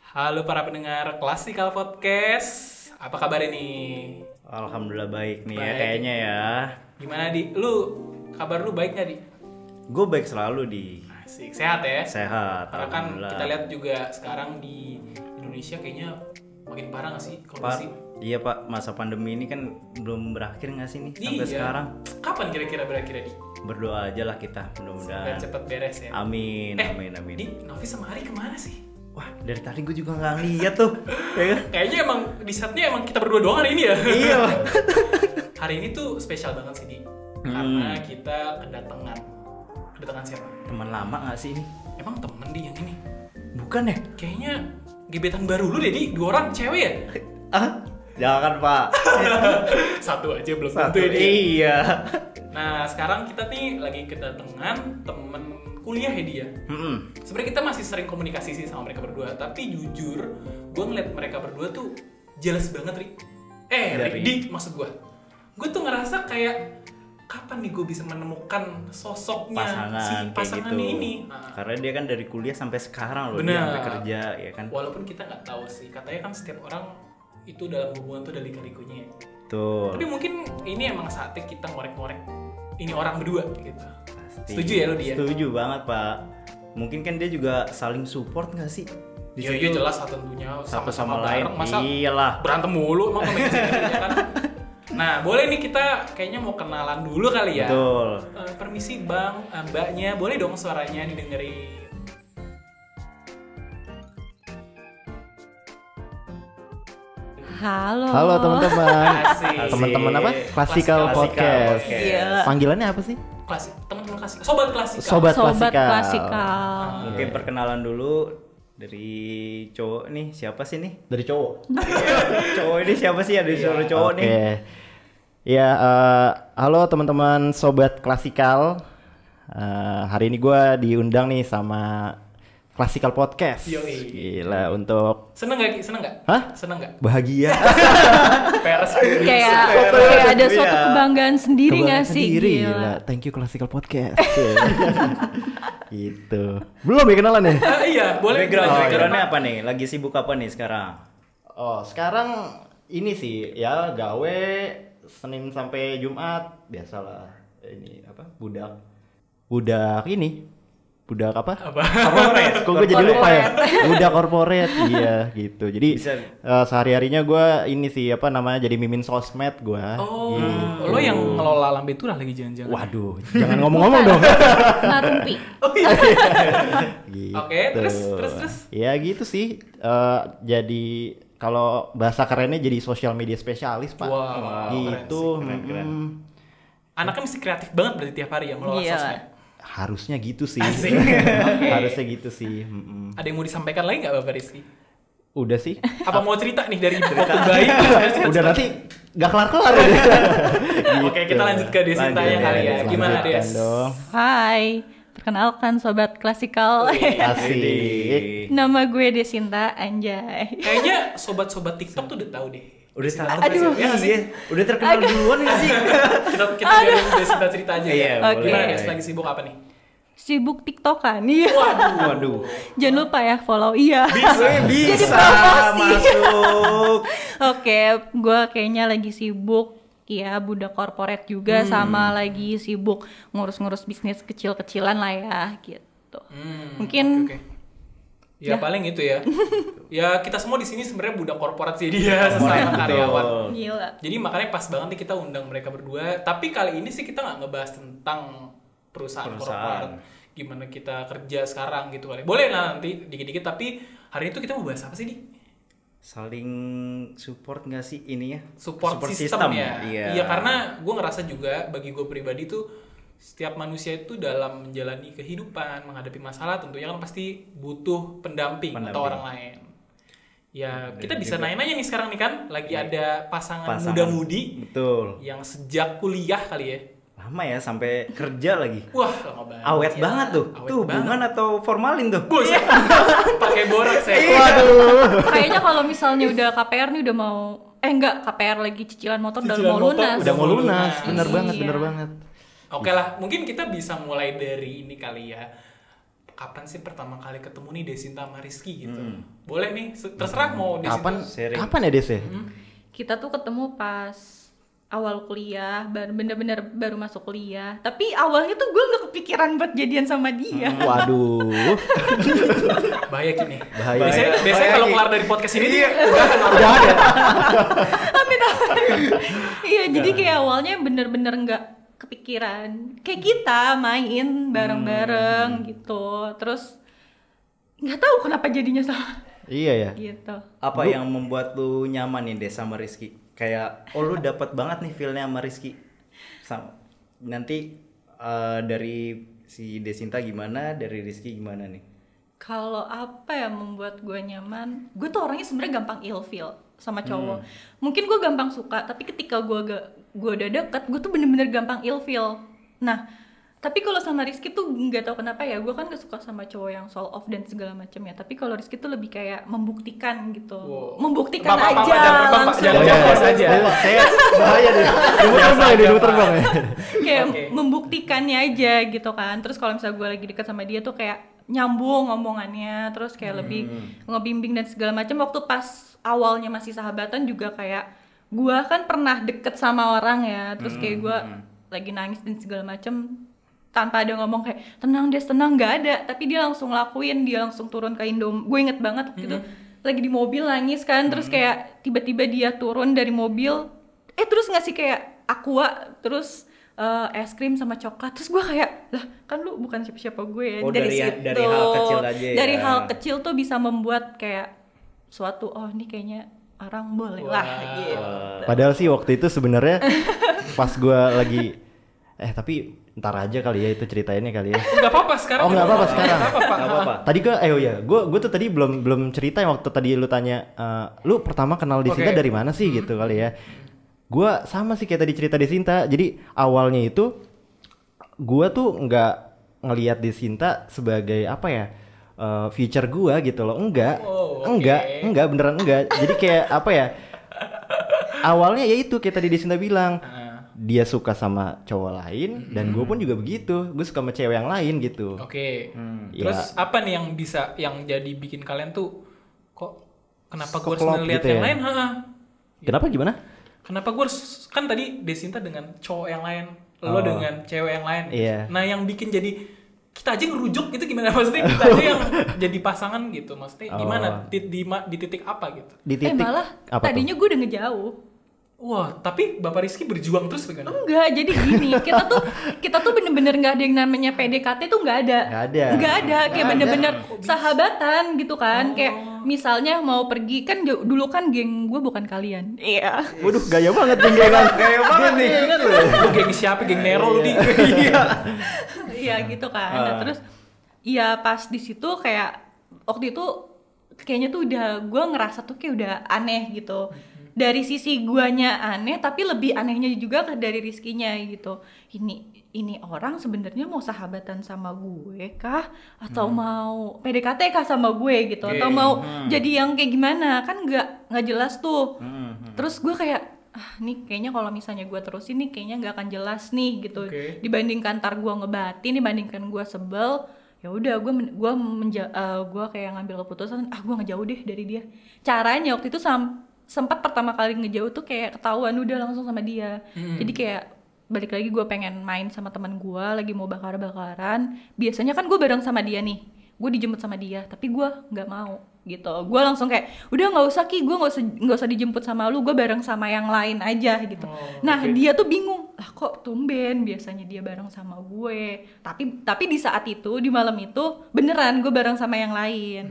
Halo para pendengar Klasikal Podcast. Apa kabar ini? Alhamdulillah baik nih ya Baik. kayaknya ya. Gimana Di? Kabar lu baik gak Di? Gue baik selalu di Asik, sehat ya? sehat. Karena kan Alhamdulillah. kita lihat juga sekarang di Indonesia kayaknya makin parah gak sih kondisi? Iya Pak, masa pandemi ini kan belum berakhir nggak sih nih sampai Iya. sekarang? Kapan kira-kira berakhir Di? Berdoa aja lah kita Biar mudah-mudahan. cepet beres ya. Amin, Eh, amin, amin. Di, Novi sama Ari kemana sih? Wah dari tadi gue juga nggak ngeliat tuh. Ya kan? Kayaknya emang di setnya emang kita berdua doang hari ini ya. Iya Pak. Hari ini tuh spesial banget sih Di. Karena kita kedatangan siapa? Teman lama nggak sih ini? Emang temen Di yang ini? Bukan ya? Kayaknya gebetan baru lu deh Di, 2 orang cewek ya? Ah, jangan Pak. Satu aja belum Satu. tentu ya, Di. Iya. Nah sekarang kita nih lagi kedatangan temen kuliah ya dia. Sebenarnya kita masih sering komunikasi sih sama mereka berdua, tapi jujur gue ngeliat mereka berdua tuh jealous banget Ri. Dari- Di maksud gue tuh ngerasa kayak kapan nih gue bisa menemukan sosoknya Pasangan si kayak pasangannya gitu. ini. Karena dia kan dari kuliah sampai sekarang loh, Benar. dia sampai kerja ya kan. Walaupun kita nggak tahu sih, katanya kan setiap orang itu dalam hubungan tuh ada lika-likunya ya. Tuh. Tapi mungkin ini emang saatnya kita ngorek-ngorek ini orang berdua gitu. Pasti. Setuju ya lo dia? Setuju banget Pak. Mungkin kan dia juga saling support nggak sih? Di Iya situ jelas tentunya satu sama-sama sama lain. bareng, masa Iyalah. berantem mulu emang main sini ya kan. Nah boleh nih kita kayaknya mau kenalan dulu kali ya. Betul. Permisi bang, mbaknya boleh dong suaranya didengerin. Halo. Halo teman-teman. Asik. Teman-teman apa? Classical Podcast. Gila. Panggilannya apa sih? Klasik, teman-teman klasik, sobat klasik. Sobat Sobat Klasikal. klasikal. Mungkin perkenalan dulu dari cowok nih. Siapa sih nih? Dari cowok. Cowok ini siapa sih? Ada disuruh cowok Oke. nih. Ya, halo teman-teman Sobat Klasikal. Hari ini gue diundang nih sama Classical Podcast. Yoi. Gila, untuk Seneng gak Ki? Seneng gak? Hah? Seneng gak? bahagia. Peres Kayak ada suatu kebanggaan sendiri Kebanggaan nggak sih? sendiri. Gila. Gila. Thank you Classical Podcast. Gitu. Belum ya kenalan ya? Iya, boleh. Backgroundnya apa nih? Lagi sibuk apa nih sekarang? Oh, sekarang ini sih ya gawe Senin sampai Jumat biasalah. Ini apa? Budak ini. Budak apa? Apa? Kok gue jadi lupa ya? Budak corporate. Iya, gitu. Jadi Bisa. sehari-harinya gue ini sih apa namanya jadi mimin sosmed gue. Oh, lo yang ngelola Lambe Turah lagi jangan-jangan. Waduh, jangan ngomong-ngomong dong. Ngarumpi. Gitu. Oke, terus. Ya gitu sih. Jadi kalau bahasa kerennya jadi social media spesialis, Pak. Wow, gitu. keren. Anaknya mesti kreatif banget berarti tiap hari ya ngelola Gila. sosmed. Harusnya gitu sih. Asik. Oke. Harusnya gitu sih. Ada yang mau disampaikan lagi nggak Bapak Rizky? Udah sih. Apa mau cerita nih dari waktu bayi? Udah nanti gak kelar-kelar ya. Oke, kita lanjut ke Desinta Lanjut, ya kali ya. lanjut. Gimana Lanjutkan Des? dong. Hai. Perkenalkan Sobat Klasikal. Asik. Nama gue Desinta, anjay. Kayaknya sobat-sobat TikTok tuh udah tahu deh. Udah tahu Aduh. sih. Ya, sih. Udah terkenal duluan nggak sih? Kita biarin Desinta cerita aja Iya, ya. Oke. Gimana Des? Lagi sibuk apa nih? Sibuk TikTokan. Iya. Waduh. Jangan lupa ya follow. Iya. Bisa promosi. masuk. Oke, gue kayaknya lagi sibuk ya budak korporat juga sama lagi sibuk ngurus-ngurus bisnis kecil-kecilan lah ya gitu. Mungkin Oke. Ya paling itu ya. Ya kita semua di sini sebenarnya budak korporat sih dia sesama Betul. karyawan. gila. Jadi makanya pas banget nih kita undang mereka berdua. Tapi kali ini sih kita nggak ngebahas tentang perusahaan korporat. Gimana kita kerja sekarang gitu kali. Boleh lah nanti dikit-dikit. Tapi hari itu kita mau bahas apa sih, Di? Saling support nggak sih ini ya? Support system ya. Iya. Iya karena gue ngerasa juga bagi gue pribadi tuh setiap manusia itu dalam menjalani kehidupan, menghadapi masalah tentunya kan pasti butuh pendamping. Atau orang lain. Ya kita bisa nanya-nanya nih sekarang nih kan lagi ada pasangan muda-mudi Betul. yang sejak kuliah kali ya. Lama ya sampai kerja lagi. Wah, lama banget. Awet ya. banget tuh. Awet Tuh hubungan atau formalin tuh? Buset. Pakai borax ya. Kayaknya kalau misalnya udah KPR nih udah mau enggak KPR lagi cicilan motor udah Cicilan mau motor lunas. Udah mau lunas, lunas. bener Iya. banget, bener banget. Oke lah, mungkin kita bisa mulai dari ini kali ya. kapan sih pertama kali ketemu nih Desinta sama Rizky gitu. Boleh nih, terserah mau Desinta. Kapan ya Des ya? Kita tuh ketemu pas awal kuliah, bener-bener baru masuk kuliah. Tapi awalnya tuh gue nggak kepikiran buat jadian sama dia. Waduh. Bahaya gini. Bahaya. Biasanya kalau kelar dari podcast ini Udah ada. Iya, jadi kayak awalnya bener-bener nggak kepikiran. Kayak kita main bareng-bareng gitu. Terus nggak tahu kenapa jadinya sama. Iya ya. Gitu. Apa yang membuat lu nyaman nih Des sama Rizky? Kayak lu dapat banget nih feel-nya sama Rizky. Nanti dari si Desinta gimana, dari Rizky gimana nih? Kalau apa yang membuat gue nyaman, gue tuh orangnya sebenarnya gampang ilfeel sama cowok. Mungkin gue gampang suka, tapi ketika gue udah deket, gue tuh bener-bener gampang ilfeel. Nah, tapi kalau sama Rizky tuh nggak tahu kenapa ya, gue kan gak suka sama cowok yang soul off dan segala macam ya. Tapi kalau Rizky tuh lebih kayak membuktikan gitu, membuktikan Bapak, aja langsung. jangan jawab saja. Saya bahaya deh. Dia terbang ya. Kayak membuktikannya aja gitu kan. Terus kalau misalnya gue lagi deket sama dia tuh kayak nyambung ngomongannya, terus kayak lebih ngebimbing dan segala macam. Waktu pas awalnya masih sahabatan juga kayak gue kan pernah deket sama orang ya, terus kayak gue lagi nangis dan segala macam tanpa ada ngomong kayak tenang Des, tenang, nggak ada, tapi dia langsung lakuin, dia langsung turun ke Indomie. Gue inget banget gitu, lagi di mobil nangis kan, terus kayak tiba-tiba dia turun dari mobil, terus ngasih kayak aqua, terus es krim sama coklat. Terus gue kayak, lah kan lu bukan siapa-siapa gue ya. Dari hal kecil aja ya. Dari hal kecil tuh bisa membuat kayak suatu, oh ini kayaknya orang boleh lah gitu. Padahal sih waktu itu sebenarnya pas gue lagi tapi ntar aja kali ya itu ceritainnya kali ya. Nggak apa-apa sekarang. Oh nggak apa-apa sekarang. Gak apa-apa. Tadi gue tuh tadi belum cerita yang waktu tadi lu tanya, lu pertama kenal Desinta dari mana sih gitu kali ya. Gue sama sih kayak tadi cerita Desinta. Jadi awalnya itu gue tuh nggak ngelihat Desinta sebagai apa ya, future gue gitu loh. Enggak beneran enggak. Jadi kayak apa ya, awalnya ya itu kayak tadi Desinta bilang, dia suka sama cowok lain dan gue pun juga begitu, gue suka sama cewek yang lain gitu. Terus apa nih yang jadi bikin kalian tuh kok kenapa gue harus Seklop ngeliat gitu yang ya? lain? Kenapa gimana? Kenapa gue harus, kan tadi Desinta dengan cowok yang lain, lo dengan cewek yang lain. Iya. Nah yang bikin jadi kita aja ngerujuk gitu gimana, maksudnya kita aja yang jadi pasangan gitu, maksudnya gimana di titik apa gitu? Di titik Malah apa tadinya gue udah ngejauh. Wah, tapi Bapak Rizky berjuang terus bagaimana? Enggak, jadi gini, kita tuh bener-bener nggak ada yang namanya PDKT tuh nggak ada, kayak bener-bener sahabatan gitu kan, kayak misalnya mau pergi kan dulu kan geng gue bukan kalian, iya. Waduh gaya banget geng-gengan. Gaya banget nih. Lu geng siapa? Geng Nero lu di. Iya gitu kan. Nah, terus ya pas di situ kayak waktu itu kayaknya tuh udah gue ngerasa tuh kayak udah aneh gitu. Dari sisi guanya aneh, tapi lebih anehnya juga dari Rizkynya gitu. Ini orang sebenarnya mau sahabatan sama gue kah, atau mau PDKT kah sama gue gitu, atau mau jadi yang kayak gimana, kan nggak jelas tuh. Terus gue kayak nih kayaknya kalau misalnya gue terusin nih kayaknya nggak akan jelas nih gitu. Dibandingkan ntar gue ngebatin, dibandingkan gue sebel, ya udah gue kayak ngambil keputusan gue ngejauh deh dari dia. Caranya waktu itu sempat pertama kali ngejauh tuh kayak ketahuan udah langsung sama dia. Jadi kayak balik lagi gue pengen main sama teman gue lagi mau bakar-bakaran. Biasanya kan gue bareng sama dia nih, gue dijemput sama dia, tapi gue nggak mau gitu. Gue langsung kayak udah nggak usah Ki, gue nggak usah dijemput sama lu, gue bareng sama yang lain aja gitu. Dia tuh bingung, lah kok tumben biasanya dia bareng sama gue, tapi di saat itu, di malam itu beneran gue bareng sama yang lain.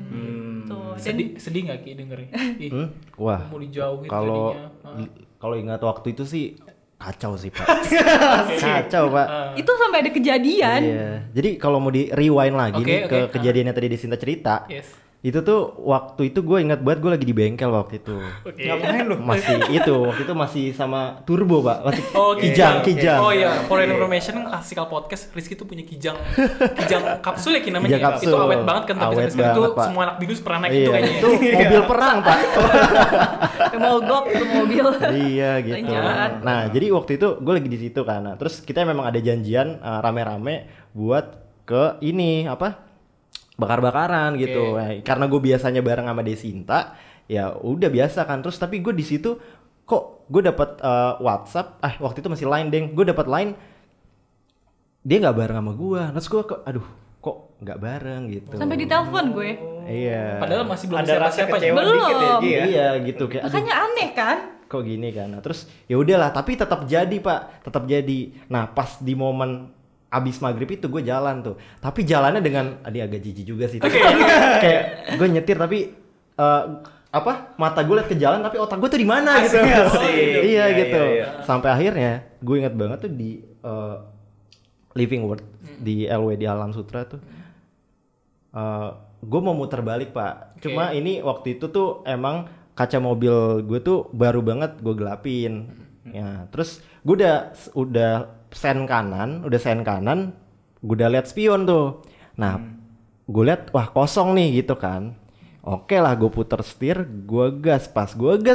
Sedih nggak Ki dengerin? Wah, mau dijauhin kalau ingat waktu itu sih kacau sih Pak. Kacau Pak. Itu sampai ada kejadian. Iya. Jadi kalau mau di rewind lagi ke kejadian yang tadi Desinta cerita, itu tuh waktu itu gue ingat banget gue lagi di bengkel waktu itu. Ngapain lu? Waktu itu masih sama Turbo Pak, masih Kijang. Oh iya, for information klasikal podcast Rizky tuh punya Kijang kapsul ya namanya. Kijang kapsul. Itu awet banget kan, tapi Awet sekarang itu banget, Pak. semua anak binus pernah naik itu kayaknya. Itu mobil perang Pak. Mogok itu mobil. Iya gitu. Lanjut. Nah jadi waktu itu gue lagi di situ kan. Nah, terus kita memang ada janjian rame-rame buat ke ini apa? bakar-bakaran gitu. Karena gue biasanya bareng sama Desinta, ya udah biasa kan. Terus tapi gue di situ kok gue dapat WhatsApp, waktu itu masih Line deng, gue dapat Line, dia nggak bareng sama gue. Terus gue aduh kok nggak bareng gitu. Sampai ditelepon gue. Iya. Padahal masih belum Ada rasa siapa-siapa. kecewa dikit ya, Ji, ya? Iya gitu kayak aduh, Makanya aneh kan? kok gini kan. Nah, terus ya udahlah, tapi tetap jadi Pak, tetap jadi. Nah pas di momen abis maghrib itu gue jalan tuh, tapi jalannya dengan agak jijik juga sih. Kayak gue nyetir tapi mata gue liat ke jalan tapi otak gue tuh di mana gitu. Iya gitu. Sampai akhirnya gue inget banget tuh di Living World di LW di Alam Sutra tuh. Gue mau muter balik Pak. Cuma ini waktu itu tuh emang kaca mobil gue tuh baru banget gue gelapin. Ya, terus gue udah sen kanan, gue udah liat spion tuh. Nah, gue liat wah kosong nih gitu kan. Oke lah, gue puter setir, gue gas Pak.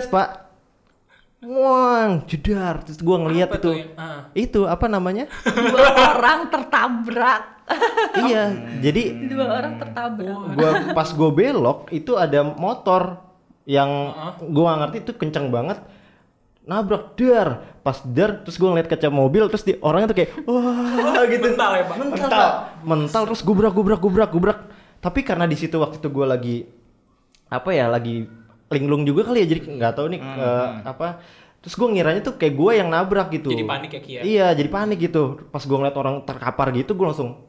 Wah, jedar. Terus gue ngeliat Apa itu. tuh Itu apa namanya? 2 orang tertabrak. Iya, jadi 2 orang tertabrak. pas gue belok itu ada motor yang gue gak ngerti itu kenceng banget, nabrak pas terus gue ngeliat kaca mobil, terus orangnya tuh kayak wah gitu, Mental ya Pak? mental terus gubrak. Tapi karena di situ waktu itu gue lagi lagi linglung juga kali ya, jadi nggak tahu nih terus gue ngiranya tuh kayak gue yang nabrak gitu. Jadi panik ya Ki ya? Iya, jadi panik gitu. Pas gue ngeliat orang terkapar gitu, gue langsung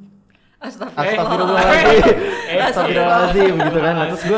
Astagfirullahaladzim gitu kan. Nah, terus gue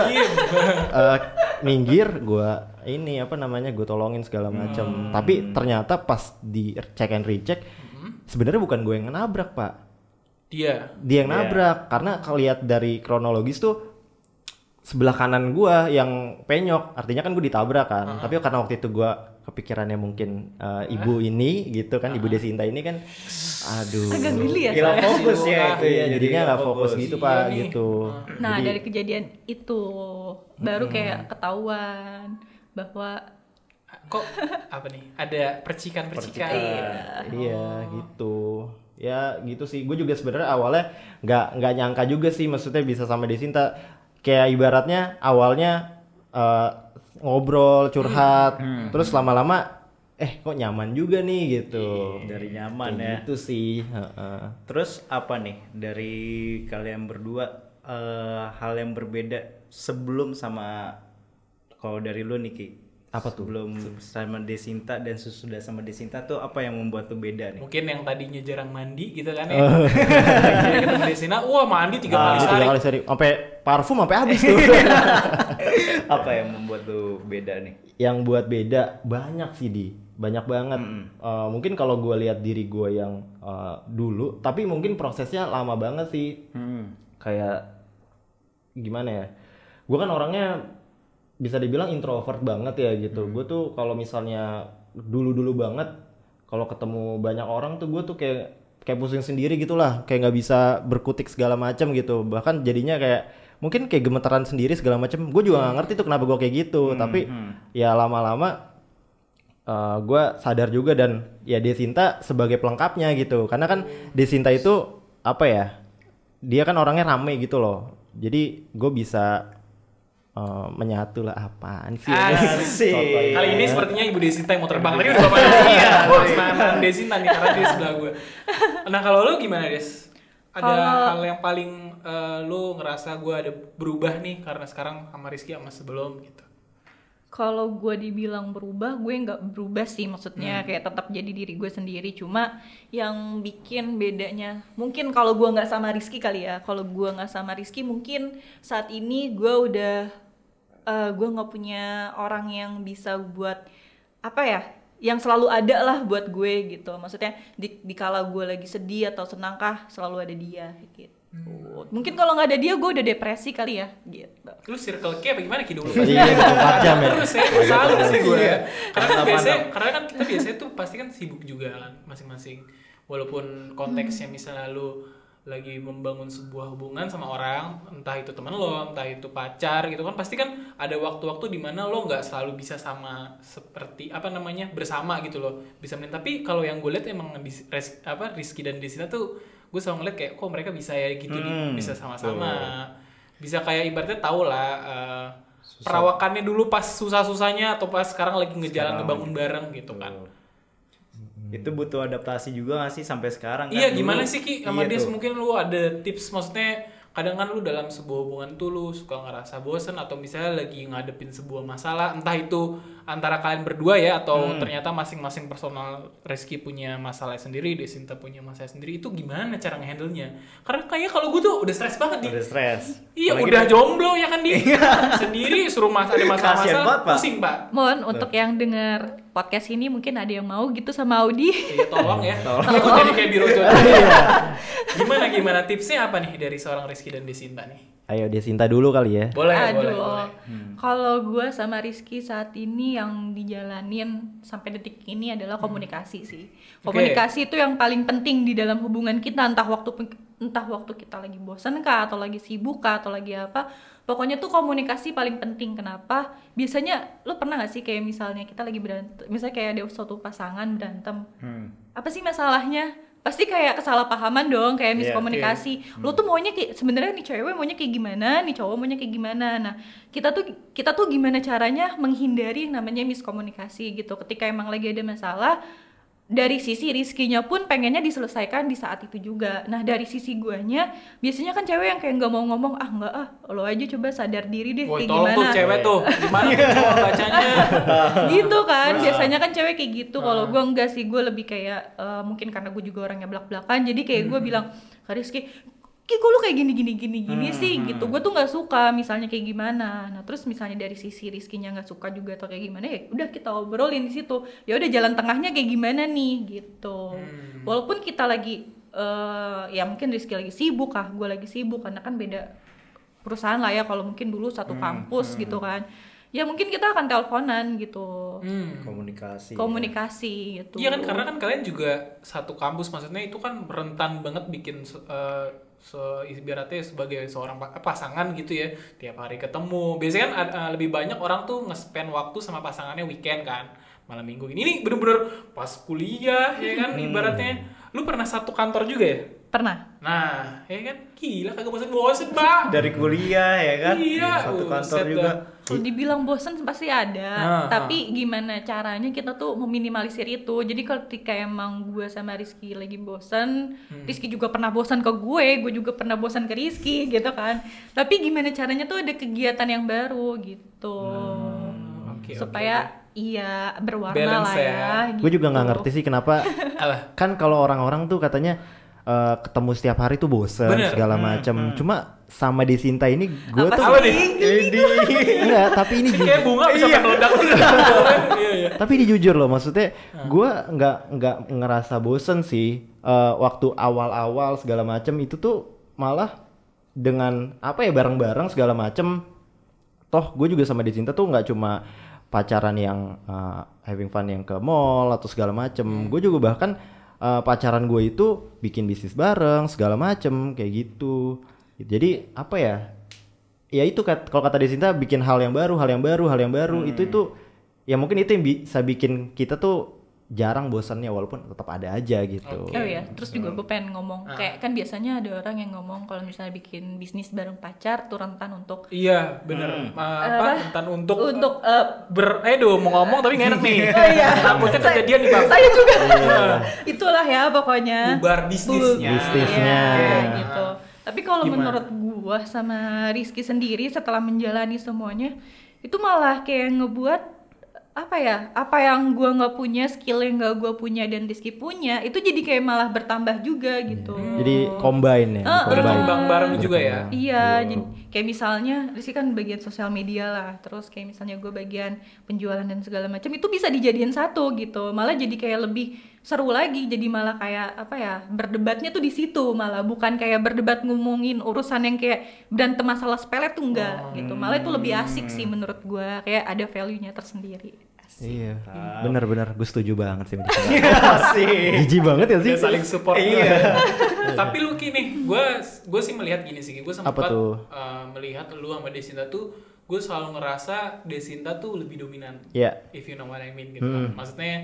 minggir, gue gue tolongin segala macam. Tapi ternyata pas di check and recheck, sebenarnya bukan gue yang nabrak Pak. Dia yang nabrak. Karena kalau lihat dari kronologis tuh sebelah kanan gue yang penyok, artinya kan gue ditabrak kan. Tapi karena waktu itu gue kepikirannya mungkin ibu ini gitu kan, ibu Desinta ini kan, aduh, agak geli ya. Gila fokus ya itu ya, jadinya nggak fokus gitu Pak gitu. Nah, Jadi, dari kejadian itu baru kayak ketahuan bahwa Kok apa nih? Ada percikan-percikan. iya gitu. Ya gitu sih. Gue juga sebenarnya awalnya nggak nyangka juga sih, maksudnya bisa sama Desinta. Kayak ibaratnya awalnya ngobrol, curhat, terus lama-lama kok nyaman juga nih gitu. Dari nyaman ya. Gitu sih. Terus apa nih dari kalian berdua hal yang berbeda sebelum sama, kalau dari lu nih Ki? Apa tuh? Sebelum sama Desinta dan sesudah sama Desinta tuh apa yang membuat tuh beda nih? Mungkin yang tadinya jarang mandi gitu kan ya. Jadi ketemu Desina, wah mandi 3 kali sehari. 3 kali sehari. Sampai parfum sampai habis tuh. Apa yang membuat tuh beda nih? Yang buat beda banyak sih banyak banget. Mungkin kalau gue lihat diri gue yang dulu, tapi mungkin prosesnya lama banget sih. Kayak gimana ya? Gue kan orangnya bisa dibilang introvert banget ya gitu. Gue tuh kalau misalnya dulu banget, kalau ketemu banyak orang tuh gue tuh kayak pusing sendiri gitulah, kayak nggak bisa berkutik segala macam gitu. Bahkan jadinya kayak mungkin kayak gemeteran sendiri segala macam. Gue juga nggak ngerti tuh kenapa gue kayak gitu. Tapi ya lama-lama gue sadar juga, dan ya Desinta sebagai pelengkapnya gitu. Karena kan Desinta itu apa ya? Dia kan orangnya rame gitu loh. Jadi gue bisa menyatu lah, apaan sih? Kali ini sepertinya Ibu Desinta yang mau terbang. Tadi udah Bapak Desinta. Semangat Desinta nih karena dia sebelah gue. Nah kalau lu gimana Des? Ada hal yang paling lu ngerasa gue ada berubah nih karena sekarang sama Rizky sama sebelum gitu? Kalau gue dibilang berubah, gue nggak berubah sih, maksudnya kayak tetap jadi diri gue sendiri. Cuma yang bikin bedanya, mungkin kalau gue nggak sama Rizky kali ya. Kalau gue nggak sama Rizky, mungkin saat ini gue udah gue nggak punya orang yang bisa buat apa ya, yang selalu ada lah buat gue gitu. Maksudnya di kala gue lagi sedih atau senangkah selalu ada dia gitu. Mungkin kalau nggak ada dia gue udah depresi kali ya gitu. Lu circle K apa gimana Ki dulu? Iya, 24 jam ya. Terus saya salut sih gue ya. Karena kan kita biasanya tuh pasti kan sibuk juga kan masing-masing. Walaupun konteksnya misalnya lu lagi membangun sebuah hubungan sama orang, entah itu teman lo, entah itu pacar gitu kan, pasti kan ada waktu-waktu di mana lo nggak selalu bisa sama seperti bersama gitu loh, bisa tapi kalau yang gue lihat emang Rizky dan Desina tuh gue selalu ngeliat kayak kok mereka bisa ya gitu bisa sama-sama, bisa kayak ibaratnya tau lah perawakannya dulu pas susah-susahnya atau pas sekarang lagi ngebangun bareng gitu kan. Itu butuh adaptasi juga gak sih sampai sekarang kan? Iya, gimana sih Ki sama iya Des, tuh. mungkin lu ada tips, maksudnya kadang kan lu dalam sebuah hubungan tuh lu suka ngerasa bosen atau misalnya lagi ngadepin sebuah masalah, entah itu antara kalian berdua ya atau ternyata masing-masing personal, Rizky punya masalah sendiri, Desinta punya masalah sendiri, itu gimana cara ngehandle-nya? Karena kayaknya kalau gue tuh udah stres banget nih. Udah stres. Iya, Apalagi udah tuh- jomblo ya kan dia. Sendiri suruh ada Kasian masalah-masalah, banget, Pak. pusing, Pak. Mohon untuk yang dengar podcast ini mungkin ada yang mau gitu sama Audi. Iya, tolong ya. Ikut jadi kayak biro jodoh. Gimana tipsnya apa nih dari seorang Rizky dan Desinta nih? Ayo Desinta dulu kali ya. Boleh. Kalau gue sama Rizky saat ini yang dijalanin sampai detik ini adalah komunikasi sih. Komunikasi itu yang paling penting di dalam hubungan kita, entah waktu kita lagi bosan kah atau lagi sibuk kah atau lagi apa. Pokoknya tuh komunikasi paling penting. Kenapa? Biasanya lo pernah gak sih kayak misalnya kita lagi berantem, misalnya kayak ada suatu pasangan berantem. Apa sih masalahnya? Pasti kayak kesalahpahaman dong, kayak miskomunikasi. Lo tuh maunya kayak sebenarnya nih cewek maunya kayak gimana, nih cowok maunya kayak gimana. Nah, kita tuh gimana caranya menghindari yang namanya miskomunikasi gitu. Ketika emang lagi ada masalah, dari sisi Rizky-nya pun pengennya diselesaikan di saat itu juga. Nah, dari sisi guanya biasanya kan cewek yang kayak nggak mau ngomong, lo aja coba sadar diri deh. Woy, kayak tolong gimana tuh cewek tuh, gimana tuh cowok bacanya? gitu kan, biasanya kan cewek kayak gitu. Kalau gue enggak sih, gue lebih kayak mungkin karena gue juga orangnya belak-belakan, jadi kayak gue bilang ke Rizky, kok lu kayak gini sih gitu. Gue tuh nggak suka misalnya kayak gimana. Nah terus misalnya dari sisi Rizky-nya nggak suka juga atau kayak gimana, ya udah kita obrolin di situ. Ya udah jalan tengahnya kayak gimana nih gitu. Walaupun kita lagi ya mungkin Rizky lagi sibuk gue lagi sibuk, karena kan beda perusahaan lah ya. Kalau mungkin dulu satu kampus gitu kan, ya mungkin kita akan teleponan gitu. Komunikasi gitu. Iya kan, karena kan kalian juga satu kampus, maksudnya itu kan rentan banget bikin ibaratnya sebagai seorang pasangan gitu ya, tiap hari ketemu. Biasanya kan lebih banyak orang tuh nge-spend waktu sama pasangannya weekend kan, malam minggu ini bener-bener pas kuliah ya kan. Ibaratnya lu pernah satu kantor juga ya? Pernah. Nah, ya kan, gila kagak bosen-bosen, Pak. Dari kuliah ya kan? Iya, Satu kantor buset juga. dah. Kalau dibilang bosan pasti ada, tapi gimana caranya kita tuh meminimalisir itu. Jadi ketika emang gue sama Rizky lagi bosan, Rizky juga pernah bosan ke gue juga pernah bosan ke Rizky gitu kan. Tapi gimana caranya tuh ada kegiatan yang baru gitu, supaya iya berwarna balance lah ya. Gitu. Gue juga nggak ngerti sih kenapa. Kan kalau orang-orang tuh katanya ketemu setiap hari tuh bosen segala macam. Cuma sama Desinta ini gue tuh Apa nih? enggak, tapi ini Kayak bunga bisa meledak. Iya. Tapi ini jujur loh, maksudnya gue nggak ngerasa bosen sih. Waktu awal-awal segala macam itu tuh malah dengan apa ya, bareng-bareng segala macam. Toh gue juga sama Desinta tuh nggak cuma pacaran yang having fun yang ke mall atau segala macam. Gue juga bahkan pacaran gue itu bikin bisnis bareng segala macem kayak gitu. Jadi apa ya? Ya itu kalau kata Desinta, bikin hal yang baru. Itu ya mungkin itu yang bisa bikin kita tuh jarang bosannya, walaupun tetap ada aja gitu. Oh ya, terus juga gue pengen ngomong kayak kan biasanya ada orang yang ngomong kalau misalnya bikin bisnis bareng pacar tuh rentan untuk bener. Rentan untuk mau ngomong tapi nggak enak nih. Takutnya kejadian nih, Bang. Saya juga. Itulah ya pokoknya. Bubar bisnisnya. Ya, gitu. Tapi kalau menurut gua sama Rizky sendiri setelah menjalani semuanya, itu malah kayak ngebuat apa yang gua nggak punya, skill yang nggak gua punya dan Rizky punya, itu jadi kayak malah bertambah juga gitu. Jadi combine ya. Berkembang bareng juga ya. Iya, jadi kayak misalnya Rizky kan bagian sosial media lah, terus kayak misalnya gue bagian penjualan dan segala macam, itu bisa dijadiin satu gitu, malah jadi kayak lebih seru lagi. Jadi malah kayak berdebatnya tuh di situ, malah bukan kayak berdebat ngomongin urusan yang kayak berantem masalah sepele tuh enggak gitu, malah itu lebih asik sih menurut gue, kayak ada value-nya tersendiri. Iya, benar-benar gue setuju banget sih. Asik. Jijik banget ya sih. Udah saling support. Iya. Tapi lu gini, gue sih melihat gini sih, gue sempat melihat lu sama Desinta tuh, gue selalu ngerasa Desinta tuh lebih dominan. Iya. If you know what I mean gitu kan. Maksudnya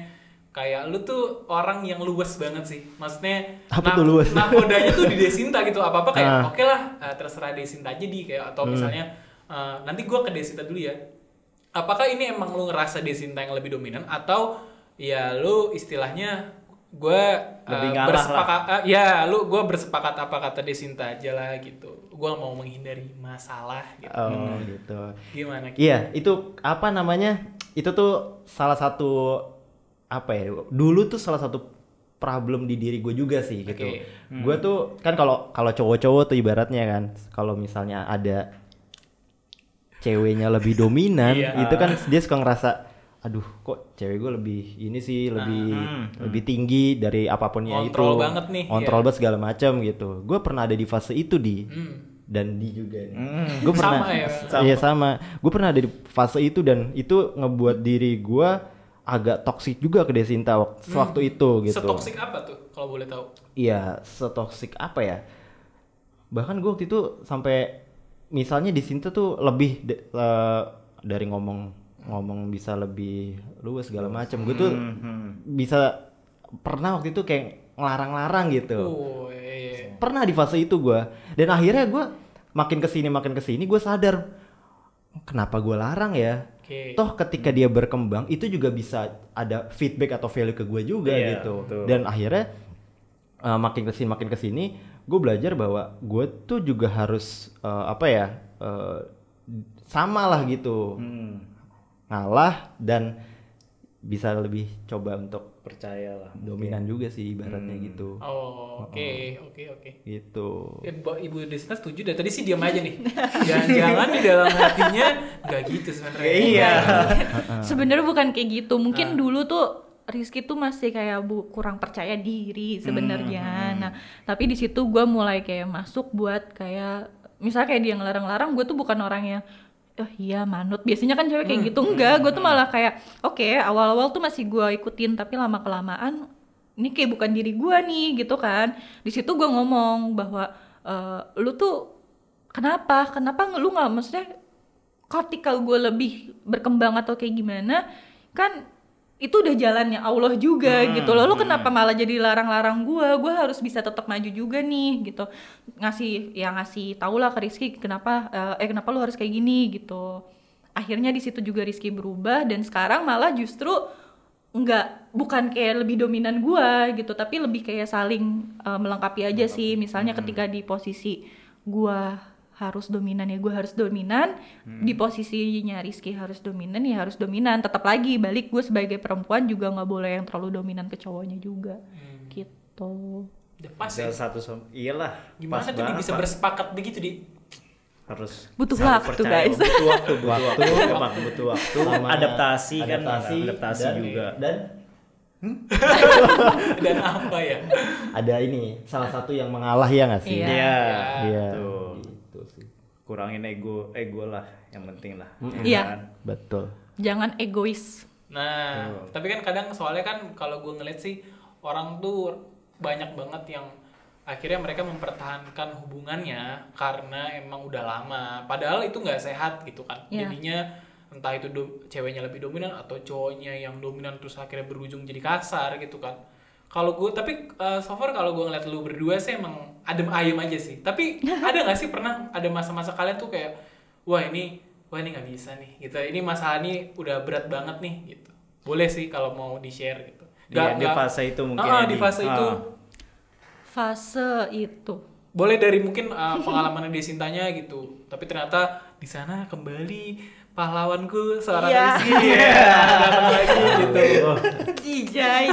kayak lu tuh orang yang luwes banget sih. Maksudnya Apa tuh luwes? nakodanya tuh di Desinta gitu. Apa-apa kayak oke lah, terserah Desinta aja kayak atau misalnya nanti gua ke Desinta dulu ya. Apakah ini emang lu ngerasa Desinta yang lebih dominan atau ya lu istilahnya gua Lebih ngalah bersepakat gua bersepakat apa kata Desinta aja lah gitu. Gua mau menghindari masalah gitu. Oh gitu. Gimana? Iya, itu apa namanya? Itu tuh salah satu apa ya? Dulu tuh salah satu problem di diri gue juga sih gitu. Gue tuh kan kalau cowok-cowok tuh ibaratnya kan, kalau misalnya ada ceweknya lebih dominan, itu kan dia suka ngerasa, aduh kok cewek gue lebih ini sih lebih tinggi dari apapunnya Kontrol itu, banget nih, kontrol banget segala macam gitu. Gue pernah ada di fase itu dan di juga nih. Gue pernah, iya sama. Gue pernah ada di fase itu dan itu ngebuat diri gue agak toksik juga ke Desinta waktu itu gitu. Setoksik apa tuh kalau boleh tahu? Iya, setoksik apa ya? Bahkan gue waktu itu sampai misalnya Desinta tuh lebih dari ngomong bisa lebih luas segala macam. Gue tuh bisa pernah waktu itu kayak ngelarang-larang gitu. Iya. Pernah di fase itu gue. Dan akhirnya gue makin kesini gue sadar kenapa gue larang ya. Toh ketika dia berkembang itu juga bisa ada feedback atau value ke gue juga gitu. Betul. Dan akhirnya makin kesini gue belajar bahwa gue tuh juga harus sama lah gitu, ngalah dan bisa lebih coba untuk percayalah dominan juga sih ibaratnya gitu. Oke. Gitu. Ibu Desna setuju deh. Tadi sih diam aja nih. Jangan di dalam hatinya nggak gitu sebenarnya. Iya. Sebenarnya bukan kayak gitu. Mungkin dulu tuh Rizky tuh masih kayak kurang percaya diri sebenarnya. Nah, tapi di situ gue mulai kayak masuk buat kayak misalnya kayak dia ngelarang-larang, gue tuh bukan orang yang iya manut. Biasanya kan cewek kayak gitu. Enggak, gue tuh malah kayak oke, awal-awal tuh masih gue ikutin, tapi lama-kelamaan ini kayak bukan diri gue nih gitu kan. Di situ gue ngomong bahwa lu tuh kenapa lu nggak, maksudnya ketika gue lebih berkembang atau kayak gimana kan itu udah jalannya Allah juga gitu loh. Lu kenapa malah jadi larang-larang gue harus bisa tetap maju juga nih gitu. Ngasih tau lah ke Rizky kenapa lu harus kayak gini gitu. Akhirnya di situ juga Rizky berubah dan sekarang malah justru bukan kayak lebih dominan gue gitu, tapi lebih kayak saling melengkapi aja sih. Misalnya ketika di posisi gue harus dominan ya gue harus dominan, di posisinya Rizky harus dominan ya harus dominan. Tetap lagi balik, gue sebagai perempuan juga nggak boleh yang terlalu dominan ke cowoknya juga gitu. Udah pas ya. Iyalah. Gimana tuh bisa bersepakat begitu di? Harus butuh waktu guys. Butuh waktu. Adaptasi juga. Dan apa ya? Ada ini salah satu yang mengalah ya nggak sih? Iya. Gitu sih. Kurangin ego lah, yang penting lah. Iya. Betul. Jangan egois. Nah, tapi kan kadang soalnya kan kalau gue ngeliat sih orang tuh banyak banget yang akhirnya mereka mempertahankan hubungannya karena emang udah lama. Padahal itu nggak sehat gitu kan. Jadinya entah itu ceweknya lebih dominan atau cowoknya yang dominan terus akhirnya berujung jadi kasar gitu kan. Kalau gue tapi so far kalau gue ngeliat lu berdua sih emang adem ayem aja sih. Tapi ada nggak sih pernah ada masa-masa kalian tuh kayak wah ini nggak bisa nih gitu. Ini masalah ini udah berat banget nih gitu. Boleh sih kalau mau di share gitu. Di fase itu mungkin. Di fase itu. Fase itu. Boleh dari mungkin pengalaman Desintanya gitu. Tapi ternyata di sana kembali pahlawanku seorang Rizky datang lagi gitu. Jijai.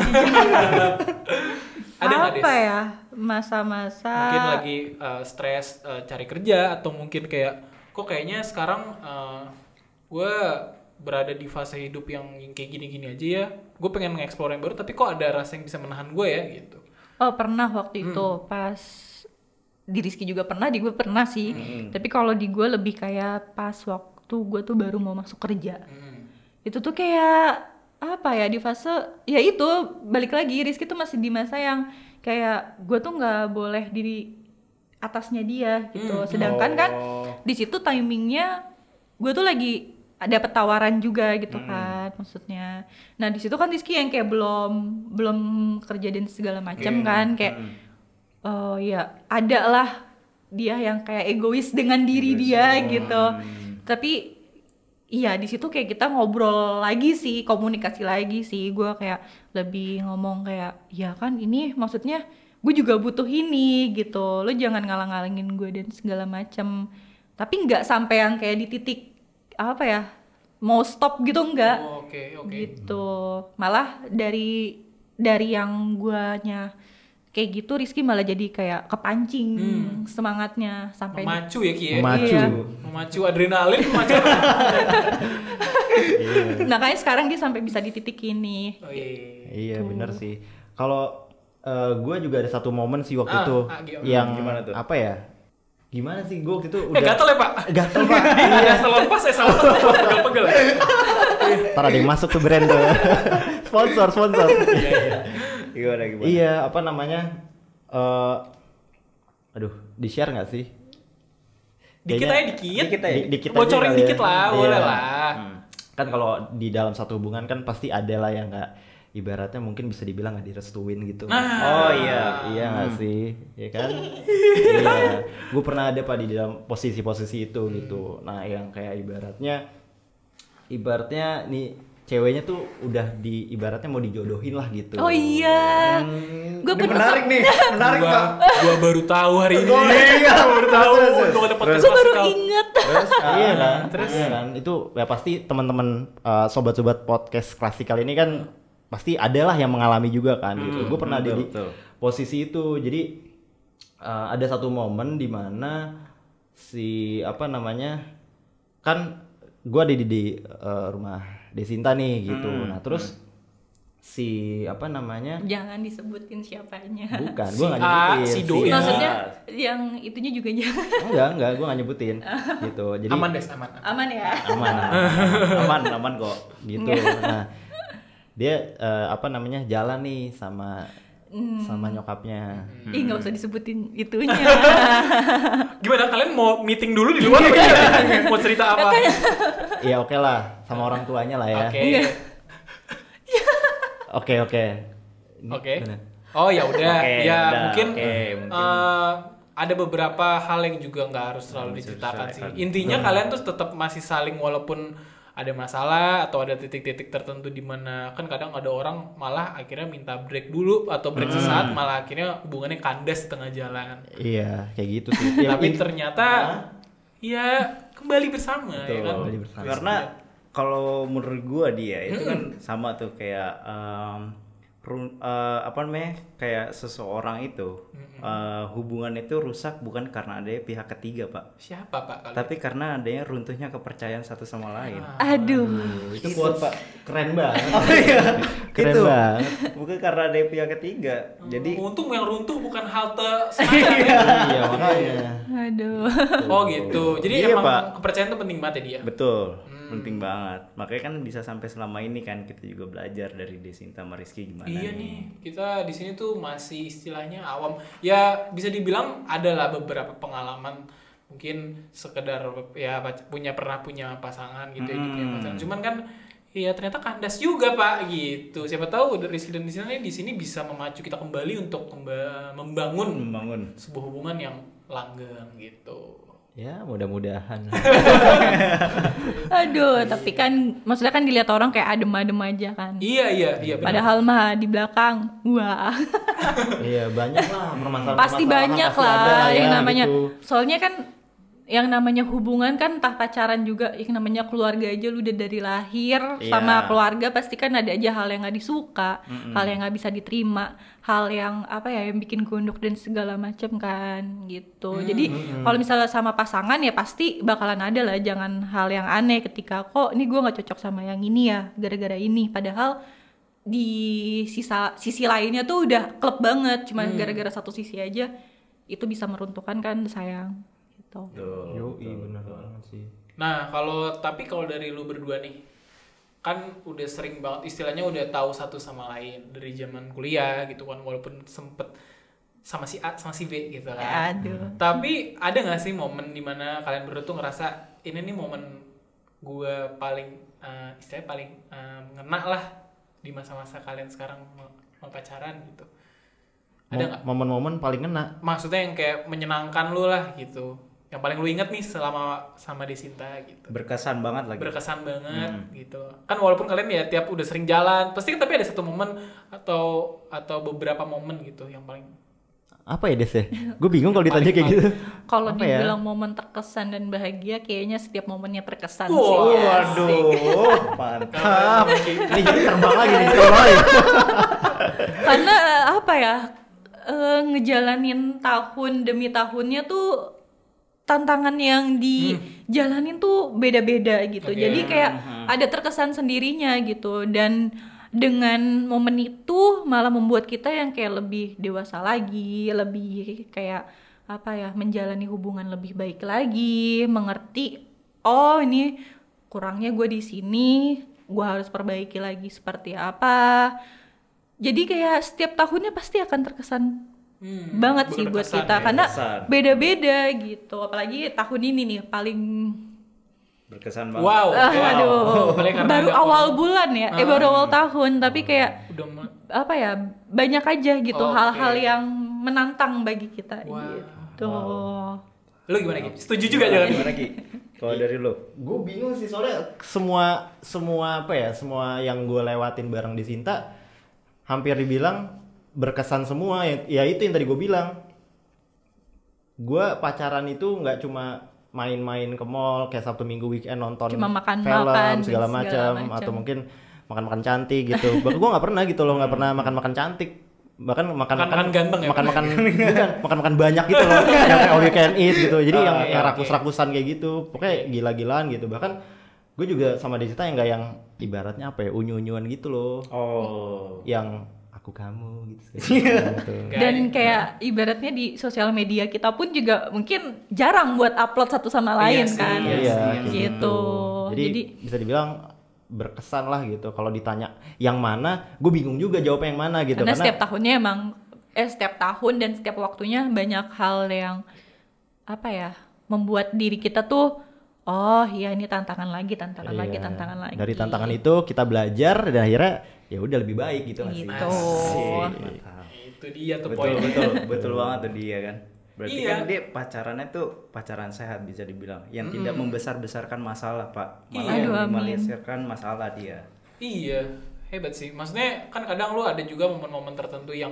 Ada nggak apa ya masa-masa mungkin lagi stres cari kerja atau mungkin kayak kok kayaknya sekarang gue berada di fase hidup yang kayak gini-gini aja ya, gue pengen nge-explore yang baru tapi kok ada rasa yang bisa menahan gue ya gitu. Pernah waktu itu pas di Rizky juga pernah, di gue pernah sih. Tapi kalau di gue lebih kayak pas waktu gue tuh baru mau masuk kerja. Itu tuh kayak apa ya, di fase ya itu balik lagi Rizky tuh masih di masa yang kayak gue tuh nggak boleh di atasnya dia gitu. Sedangkan kan di situ timingnya gue tuh lagi dapet tawaran juga gitu kan maksudnya. Nah di situ kan Rizky yang kayak belum kerja dan segala macam kan kayak oh ya ada lah dia yang kayak egois dengan diri dia gitu. Tapi iya di situ kayak kita ngobrol lagi sih, komunikasi lagi sih. Gue kayak lebih ngomong kayak ya kan ini maksudnya gue juga butuh ini gitu. Lo jangan ngalang-ngalangin gue dan segala macam. Tapi nggak sampai yang kayak di titik apa ya mau stop gitu enggak. Oke. Gitu. Malah dari yang guanya kayak gitu Rizky malah jadi kayak kepancing semangatnya sampai Memacu ya Ki ya. Memacu. Iya. Memacu adrenalin, memacu. Nah kayaknya sekarang dia sampai bisa di titik ini. Oh iya. Iya benar sih. Kalau gue juga ada satu momen sih waktu itu yang Gimana tuh? apa ya? Gimana sih gue waktu itu udah Gatel ya Pak? gatel Pak. Iya. Salon pas pegel-pegel. Ntar ada yang masuk tuh brand tuh. sponsor. Gimana? Iya, apa namanya? Aduh, di-share nggak sih? Dikit Kayaknya- aja dikit. Dikit aja Bocorin kali ya. dikit lah, Iya. boleh lah. Kan kalau di dalam satu hubungan kan pasti ada lah yang nggak ibaratnya mungkin bisa dibilang nggak direstuin gitu. Oh iya. Iya nggak sih, ya kan? Iya, gue pernah ada Pak di dalam posisi-posisi itu gitu. Nah yang kayak ibaratnya nih ceweknya tuh udah ibaratnya mau dijodohin lah gitu. Oh iya. Gue Ini pun menarik nih, menarik Pak. Gua baru tahu hari ini. Iya, baru tahu. terus. Untuk ada podcast gue baru kasih tahu. inget. Terus Iya kan, iya kan. Itu ya pasti teman-teman sobat-sobat podcast klasikal ini kan pasti adalah yang mengalami juga kan gitu. Gue pernah ada di betul. posisi itu. Jadi ada satu momen di mana si apa namanya kan gue ada di rumah Desinta nih gitu. Nah terus si apa namanya Jangan disebutin siapanya. bukan, Si gue nggak A, nyebutin. si Do ya. Maksudnya yang itunya juga jangan. enggak, gue nggak nyebutin gitu. Jadi Aman Des, aman. Aman ya. aman kok. gitu. Nah dia apa namanya jalan nih sama nyokapnya. Ih nggak usah disebutin itunya. Gimana kalian mau meeting dulu di luar apa gimana? Mau cerita apa? Ya oke lah sama orang tuanya lah ya. Oke. Oke. Oke. Gimana? Oh ya udah, Oke, ya udah, mungkin, oke, mungkin. ada beberapa hal yang juga nggak harus terlalu diceritakan sih. Intinya kalian tuh tetap masih saling walaupun ada masalah atau ada titik-titik tertentu di mana kan kadang ada orang malah akhirnya minta break dulu atau break sesaat malah akhirnya hubungannya kandas di tengah jalan. Iya kayak gitu sih. Ya, Tapi ternyata ya kembali bersama ya kan. Kembali bersama. Karena kalau menurut gua dia itu kan sama tuh kayak apa namanya kayak seseorang itu hubungan itu rusak bukan karena adanya pihak ketiga Pak, Siapa Pak kalian? tapi karena adanya runtuhnya kepercayaan satu sama lain. Aduh. itu quote Pak keren banget. Oh iya, Keren itu banget. bukan karena ada pihak ketiga. Jadi Untung yang runtuh bukan halte semacam ya. Iya makanya. Aduh. Oh gitu. Jadi Iya, emang Pak. kepercayaan itu penting banget ya dia. betul, penting banget. Makanya kan bisa sampai selama ini kan kita juga belajar dari Desinta sama Rizky gimana Iya nih, kita di sini tuh masih istilahnya awam. Ya bisa dibilang adalah beberapa pengalaman mungkin sekedar ya pernah punya pasangan gitu ya, punya pasangan. Cuman kan ya ternyata kandas juga Pak gitu. Siapa tahu Rizky dan di sini bisa memacu kita kembali untuk membangun sebuah hubungan yang langgeng gitu. Ya mudah-mudahan. Aduh, tapi kan maksudnya kan dilihat orang kayak adem-adem aja kan. Iya benar. Padahal mah di belakang, wah. Iya banyak lah permasalahan. Pasti banyak pasti lah ada yang ya, namanya. gitu. Soalnya kan yang namanya hubungan kan entah pacaran juga, yang namanya keluarga aja lu udah dari lahir sama keluarga pasti kan ada aja hal yang nggak disuka, hal yang nggak bisa diterima, hal yang apa ya yang bikin gondok dan segala macam kan gitu. Jadi kalau misalnya sama pasangan ya pasti bakalan ada lah, jangan hal yang aneh ketika kok ini gue nggak cocok sama yang ini ya gara-gara ini, padahal di sisi lainnya tuh udah klop banget, cuma gara-gara satu sisi aja itu bisa meruntuhkan kan sayang gitu. Yoi bener banget sih. Nah, tapi kalau dari lu berdua nih, kan udah sering banget istilahnya udah tahu satu sama lain dari zaman kuliah gitu kan, walaupun sempet sama si A sama si B gitu kan. Aduh. Tapi ada nggak sih momen dimana kalian berdua tuh ngerasa ini nih momen gue paling istilahnya paling ngena lah di masa-masa kalian sekarang mau pacaran gitu? Ada nggak? Momen-momen paling kena. Maksudnya yang kayak menyenangkan lu lah gitu, yang paling lu inget nih selama sama Desinta gitu. Berkesan banget lagi. Berkesan banget gitu. Kan walaupun kalian ya tiap udah sering jalan, pasti kan tapi ada satu momen atau beberapa momen gitu yang paling Apa ya Des ya? Gue bingung kalau ditanya kayak gitu. Kalau Apa ya? dibilang momen terkesan dan bahagia, kayaknya setiap momennya terkesan Wow. sih. Waduh, mantap. Ini jadi terbang lagi nih, terbang lagi. Karena apa ya, ngejalanin tahun demi tahunnya tuh tantangan yang dijalanin tuh beda-beda gitu. Oke. Jadi kayak ada terkesan sendirinya gitu, dan dengan momen itu malah membuat kita yang kayak lebih dewasa lagi, lebih kayak apa ya, menjalani hubungan lebih baik lagi, mengerti oh ini kurangnya gue di sini, gue harus perbaiki lagi seperti apa. Jadi kayak setiap tahunnya pasti akan terkesan banget sih buat berkesan kita ya, karena berkesan. beda-beda gitu. Apalagi tahun ini nih paling Berkesan banget. wow. aduh, Apalagi karena baru ada awal bulan ya, baru awal tahun, tapi kayak udah apa ya, banyak aja gitu Oke. hal-hal yang menantang bagi kita Wow. gitu. Lu gimana Ki? Setuju juga jangan? Gimana Ki? Kalau dari lu? Gue bingung sih soalnya semua apa ya, semua yang gue lewatin bareng Desinta hampir dibilang berkesan semua. Ya itu yang tadi gue bilang. Gue pacaran itu nggak cuma main-main ke mall kayak Sabtu Minggu weekend nonton Cuma makan-makan, film segala segala macam macam. atau mungkin makan-makan cantik gitu. Bahkan gue nggak pernah gitu loh, nggak pernah makan-makan cantik. Bahkan Makan-makan ganteng ya? makan-makan bukan, makan-makan banyak gitu loh, yang kayak all you can eat gitu. Jadi yang iya, oke. rakus-rakusan kayak gitu, pokoknya gila-gilaan gitu. Bahkan gue juga sama Desita yang nggak yang ibaratnya apa ya, unyu-unyuan gitu loh, Oh. yang aku kamu gitu. gitu. Dan kayak ibaratnya di sosial media kita pun juga mungkin jarang buat upload satu sama lain Iya sih, kan. Iya, kayak gitu. Jadi bisa dibilang berkesan lah gitu. Kalau ditanya yang mana, gue bingung juga jawabnya yang mana gitu. Karena setiap tahunnya emang setiap tahun dan setiap waktunya banyak hal yang apa ya, membuat diri kita tuh oh iya ini tantangan lagi, tantangan lagi, Iya. tantangan lagi. Dari tantangan itu kita belajar dan akhirnya ya udah lebih baik gitu nggak sih? Gitu. Mantap. Itu dia tuh Betul, poin. betul banget tuh dia kan. Berarti Iya. kan dia pacarannya tuh pacaran sehat bisa dibilang, yang tidak membesar-besarkan masalah Pak, malah Iya. Aduh, amin. meminimalisirkan masalah dia. Iya, hebat sih. Maksudnya kan kadang lu ada juga momen-momen tertentu yang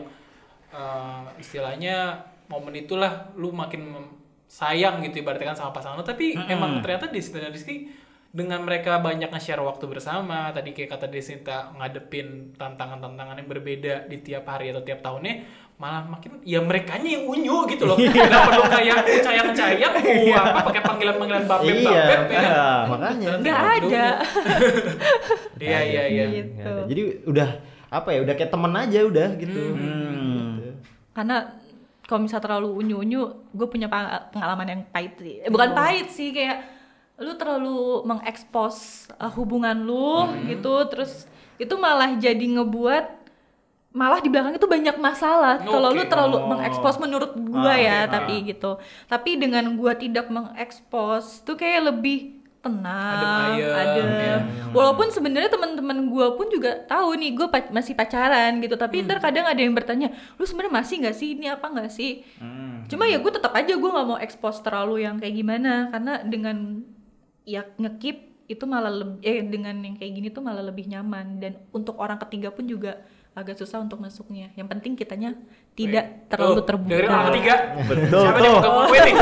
istilahnya momen itulah lu makin sayang gitu ibaratnya kan sama pasangan lu. Tapi emang ternyata Desinta dan Rizky dengan mereka banyak nge-share waktu bersama, tadi kayak kata Desinta ngadepin tantangan-tantangan yang berbeda di tiap hari atau tiap tahunnya, malah makin ya merekanya yang unyu gitu loh. Nggak perlu kayak cayang-cayang, apa pakai panggilan-panggilan babeb Iya, Iya. makanya. Nggak ada. Iya. Gitu. Nggak ada. Jadi udah apa ya, udah kayak temen aja udah gitu. Gitu. Karena kalau misalnya terlalu unyu-unyu, gue punya pengalaman yang pahit sih. Bukan pahit sih, kayak lu terlalu mengekspos hubungan lu gitu, terus itu malah jadi ngebuat malah di belakang itu banyak masalah kalau lu Oke. terlalu mengekspos menurut gua ya, oke. tapi gitu. Tapi dengan gua tidak mengekspos tuh kayak lebih tenang, adem. Walaupun sebenarnya teman-teman gua pun juga tahu nih gua masih pacaran gitu, tapi ntar kadang ada yang bertanya, lu sebenarnya masih nggak sih, ini apa nggak sih? Cuma ya gue tetap aja gue nggak mau expose terlalu yang kayak gimana, karena dengan ya ngekip itu malah dengan yang kayak gini tuh malah lebih nyaman, dan untuk orang ketiga pun juga agak susah untuk masuknya. Yang penting kitanya tidak terlalu terbuka. Dari orang ketiga. Betul Siapa tuh. nih untuk gue nih?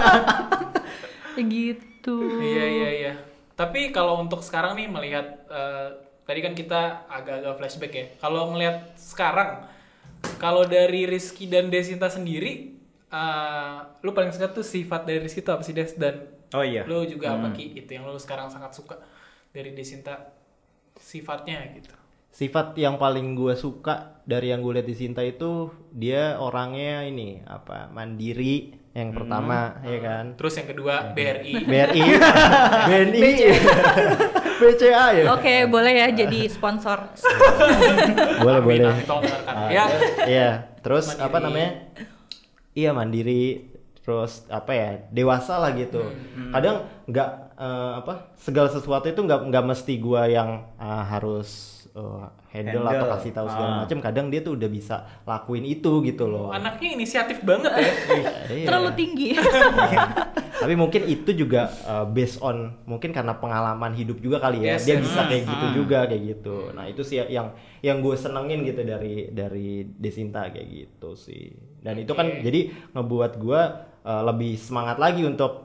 Gitu. Iya. Tapi kalau untuk sekarang nih melihat tadi kan kita agak-agak flashback ya. Kalau ngelihat sekarang, kalau dari Rizky dan Desinta sendiri, lu paling suka tuh sifat dari Rizky tuh apa sih Des? Dan Oh iya. lu juga apa Ki? Itu yang lu sekarang sangat suka dari Desinta sifatnya gitu. Sifat yang paling gue suka dari yang gue lihat di Sinta itu, dia orangnya ini apa, mandiri yang pertama, ya kan. Terus yang kedua BRI. BRI, BNI, BCA ya. Oke, boleh ya jadi sponsor. Boleh boleh. Amin, tolong dengarkan. Ya. Iya, terus Mandiri. apa namanya? Iya mandiri, terus apa ya, dewasa lah gitu. Kadang nggak segala sesuatu itu nggak mesti gua yang harus handle atau kasih tahu segala macam. Kadang dia tuh udah bisa lakuin itu gitu loh. Anaknya inisiatif banget ya. Iya. Terlalu tinggi. Tapi mungkin itu juga based on mungkin karena pengalaman hidup juga kali ya. Dia bisa kayak gitu juga kayak gitu. Nah, itu sih yang gue senengin gitu dari Desinta kayak gitu sih. Dan itu kan jadi ngebuat gue lebih semangat lagi untuk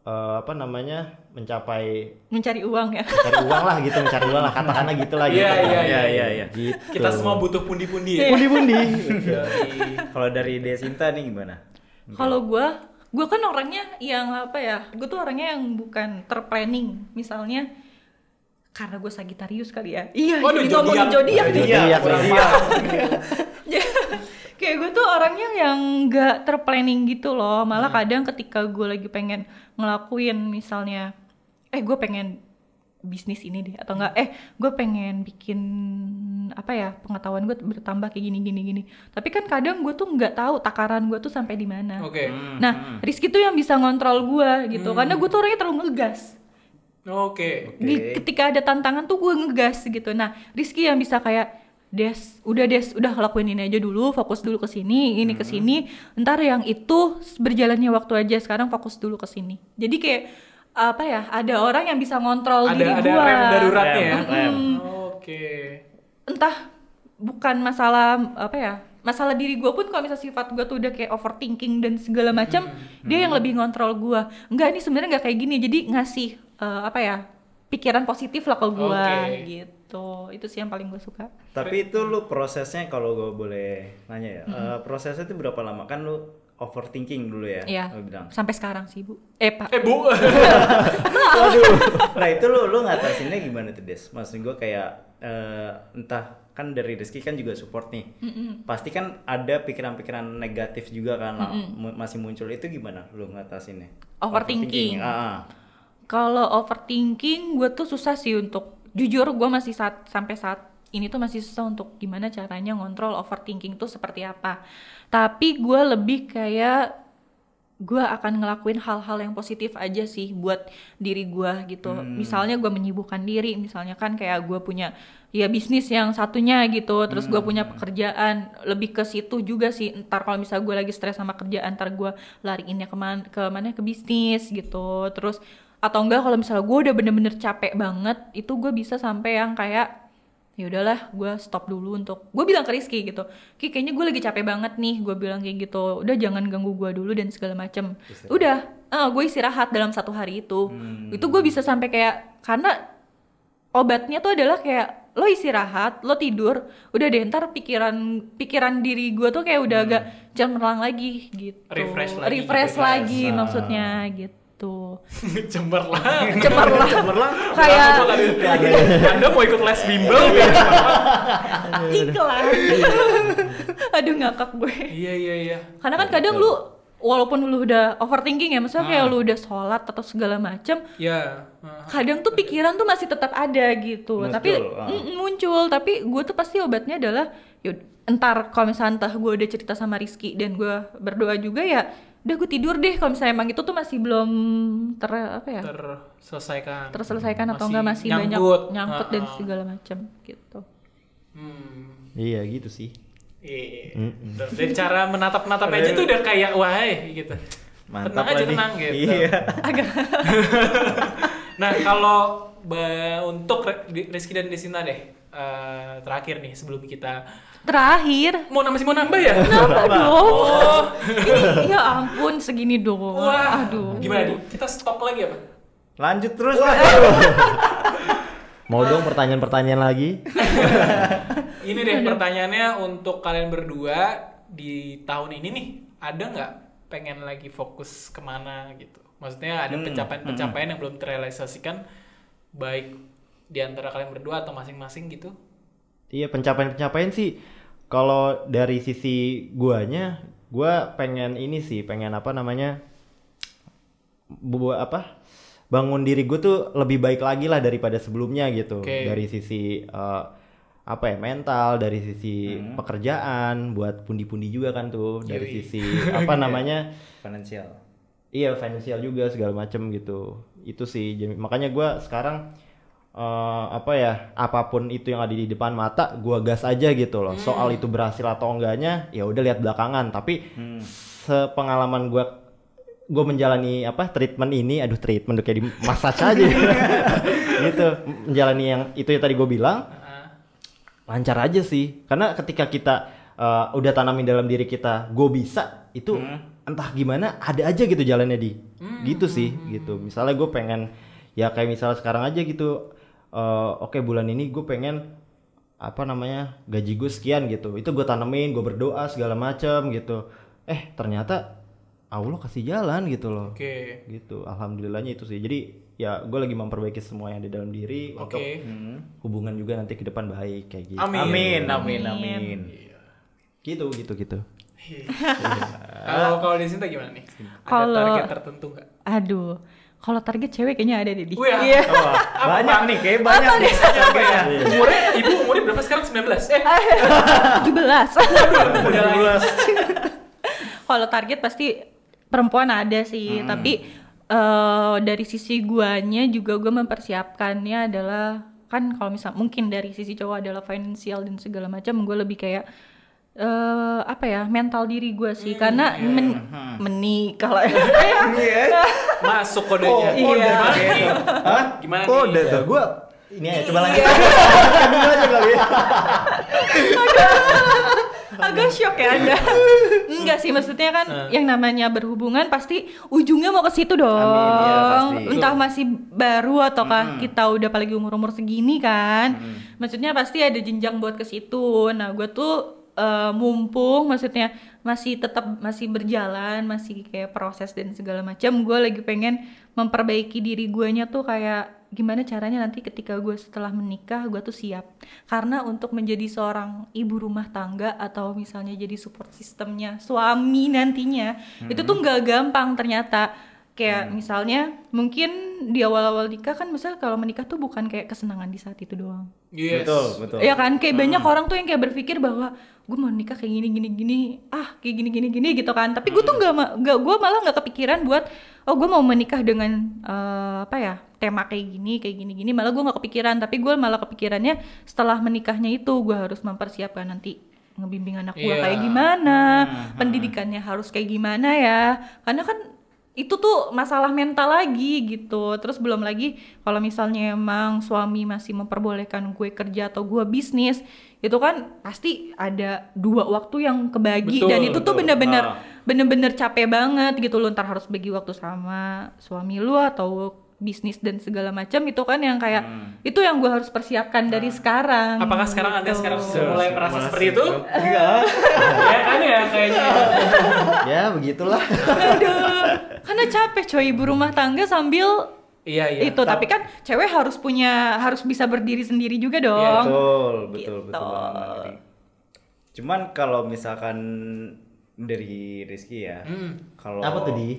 mencari uang ya. mencari uang lah katakanlah gitu lah gitu. Iya. Gitu. Kita semua butuh pundi-pundi ya. Pundi-pundi. Kalau dari Desinta nih gimana? Kalau gue kan orangnya yang gue tuh orangnya yang bukan terplanning. Misalnya karena gue Sagittarius kali ya. Iya, Waduh, jadi ngomongin zodiak nih. Zodiak. Kayak gue tuh orangnya yang nggak terplanning gitu loh. Malah kadang ketika gue lagi pengen ngelakuin misalnya gue pengen bisnis ini deh atau enggak gue pengen bikin pengetahuan gue bertambah kayak gini. Tapi kan kadang gue tuh nggak tahu takaran gue tuh sampai di mana. Nah, Rizky tuh yang bisa ngontrol gue gitu karena gue tuh orangnya terlalu ngegas. Ketika ada tantangan tuh gue ngegas gitu. Nah, Rizky yang bisa kayak udah lakuin ini aja dulu, fokus dulu ke sini, ini ke sini. Ntar yang itu berjalannya waktu aja, sekarang fokus dulu ke sini. Jadi kayak ada orang yang bisa ngontrol diri gue. Ada rem daruratnya ya. Entah bukan masalah masalah diri gue pun kalau misalnya sifat gue tuh udah kayak overthinking dan segala macam, dia yang lebih ngontrol gue. Enggak, ini sebenarnya nggak kayak gini. Jadi ngasih pikiran positif lah ke gue gitu. Itu sih yang paling gue suka. Tapi itu lu prosesnya kalau gue boleh nanya ya, prosesnya itu berapa lama? Kan lu overthinking dulu ya? Iya, lu bilang. sampai sekarang sih Bu. Pak. Bu. Waduh. Nah itu lu ngatasinnya gimana tuh Des? Maksud gue kayak entah kan dari Rizky kan juga support nih. Pasti kan ada pikiran-pikiran negatif juga kan masih muncul. Itu gimana lu ngatasinnya? Overthinking. Kalau overthinking gue tuh susah sih untuk jujur, gue masih sampai saat ini tuh masih susah untuk gimana caranya ngontrol overthinking tuh seperti apa. Tapi gue lebih kayak gue akan ngelakuin hal-hal yang positif aja sih buat diri gue gitu. Misalnya gue menyibukkan diri, misalnya kan kayak gue punya bisnis yang satunya gitu, terus gue punya pekerjaan, lebih ke situ juga sih. Ntar kalau misalnya gue lagi stres sama kerjaan, ntar gue lariinnya ke bisnis gitu. Terus atau enggak kalau misalnya gue udah bener-bener capek banget, itu gue bisa sampai yang kayak ya udahlah gue stop dulu untuk, gue bilang ke Rizky gitu, kayaknya gue lagi capek banget nih, gue bilang kayak gitu, udah jangan ganggu gue dulu dan segala macem. Udah gue istirahat dalam 1 hari itu gue bisa sampai kayak, karena obatnya tuh adalah kayak lo istirahat, lo tidur, udah deh ntar pikiran diri gue tuh kayak udah agak cemerlang lagi gitu, refresh lagi maksudnya gitu. Cemerlang kayak Anda mau ikut les bimbel iklan. Aduh ngakak gue. Iya karena kan kadang lu walaupun lu udah overthinking ya, maksudnya kayak lu udah sholat atau segala macam, kadang tuh pikiran tuh masih tetap ada gitu, tapi muncul. Tapi gue tuh pasti obatnya adalah entar kalau misalnya entah gue udah cerita sama Rizky dan gue berdoa juga, ya udah gue tidur deh kalau misalnya emang itu tuh masih belum terselesaikan atau enggak masih nyangkut. banyak nyangkut dan segala macam gitu. Iya gitu sih. Dan cara menatap aja tuh udah kayak gitu. Mantap tenang gitu. Iya. Nah kalau untuk Rizky dan Desinta deh, terakhir nih sebelum kita masih mau nambah ya? Nambah dong. Ini ya ampun segini dong. Wah, aduh. Gimana nih? Kita stop lagi apa? Lanjut terus lah. Mau dong pertanyaan lagi? Ini deh pertanyaannya untuk kalian berdua di tahun ini nih, ada nggak pengen lagi fokus kemana gitu? Maksudnya ada pencapaian yang belum terrealisasikan, baik di antara kalian berdua atau masing-masing gitu? Iya, pencapaian sih. Kalau dari sisi guanya, gua pengen ini sih, pengen bangun diri gue tuh lebih baik lagi lah daripada sebelumnya gitu. Dari sisi mental, dari sisi pekerjaan, buat pundi-pundi juga kan tuh, dari sisi finansial. Iya, finansial juga segala macem gitu. Itu sih, makanya gue sekarang apapun itu yang ada di depan mata, gue gas aja gitu loh. Soal itu berhasil atau enggaknya, ya udah lihat belakangan. Tapi sepengalaman gue menjalani treatment ini, treatment udah kayak di massage aja gitu, menjalani yang itu ya tadi gue bilang, lancar aja sih. Karena ketika kita udah tanamin dalam diri kita, gue bisa itu. Entah gimana ada aja gitu jalannya gitu sih gitu. Misalnya gue pengen ya kayak misalnya sekarang aja gitu, oke, bulan ini gue pengen gaji gue sekian gitu, itu gue tanemin, gue berdoa segala macam gitu, ternyata Allah kasih jalan gitu loh. Gitu, alhamdulillahnya itu sih. Jadi ya gue lagi memperbaiki semua yang ada dalam diri untuk hubungan juga nanti ke depan baik kayak gitu. Amin. Gitu. Kalau Desinta gimana nih? Ada target tertentu nggak? Aduh, kalau target cewek kayaknya ada deh. Iya. Banyak nih, kayak banyak nih. Umurnya berapa sekarang? 19? 17. Udah 17. Kalau target pasti perempuan ada sih, tapi dari sisi guanya juga gue mempersiapkannya adalah, kan kalau misal mungkin dari sisi cowok adalah finansial dan segala macam, gue lebih kayak mental diri gue sih, karena menikah lah. Masuk kodenya. Gimana kode nih? tuh gue ini aja coba lagi. Agak shock ya Anda. Enggak sih, maksudnya kan yang namanya berhubungan pasti ujungnya mau ke situ dong. Amin, ya, pasti. Entah masih baru ataukah kita udah apalagi umur-umur segini kan. Maksudnya pasti ada jenjang buat ke situ. Nah, gue tuh mumpung maksudnya masih berjalan, masih kayak proses dan segala macam, gue lagi pengen memperbaiki diri guanya tuh kayak gimana caranya nanti ketika gue setelah menikah gue tuh siap, karena untuk menjadi seorang ibu rumah tangga atau misalnya jadi support sistemnya suami nantinya itu tuh nggak gampang ternyata. Kayak misalnya mungkin di awal-awal nikah kan, misal kalau menikah tuh bukan kayak kesenangan di saat itu doang. Yes. Betul. Ya kan, kayak banyak orang tuh yang kayak berpikir bahwa gue mau nikah kayak gini, kayak gini gitu kan. Tapi gue tuh gue malah nggak kepikiran buat gue mau menikah dengan tema kayak gini. Malah gue nggak kepikiran, tapi gue malah kepikirannya setelah menikahnya itu gue harus mempersiapkan nanti ngebimbing anak gue kayak gimana, pendidikannya harus kayak gimana ya. Karena kan itu tuh masalah mental lagi gitu. Terus belum lagi kalau misalnya emang suami masih memperbolehkan gue kerja atau gue bisnis, itu kan pasti ada 2 waktu yang kebagi. Dan itu tuh bener-bener capek banget gitu. Lu ntar harus bagi waktu sama suami lu atau bisnis dan segala macam, itu kan yang kayak itu yang gue harus persiapkan dari sekarang. Apakah sekarang Anda sekarang mulai merasa seperti itu? Enggak. Ya kan ya kayaknya. Ya begitulah. Aduh, karena capek coy ibu rumah tangga sambil itu. Tapi kan cewek harus bisa berdiri sendiri juga dong. Betul banget. Cuman kalau misalkan dari Rizky ya, kalau apa tuh di?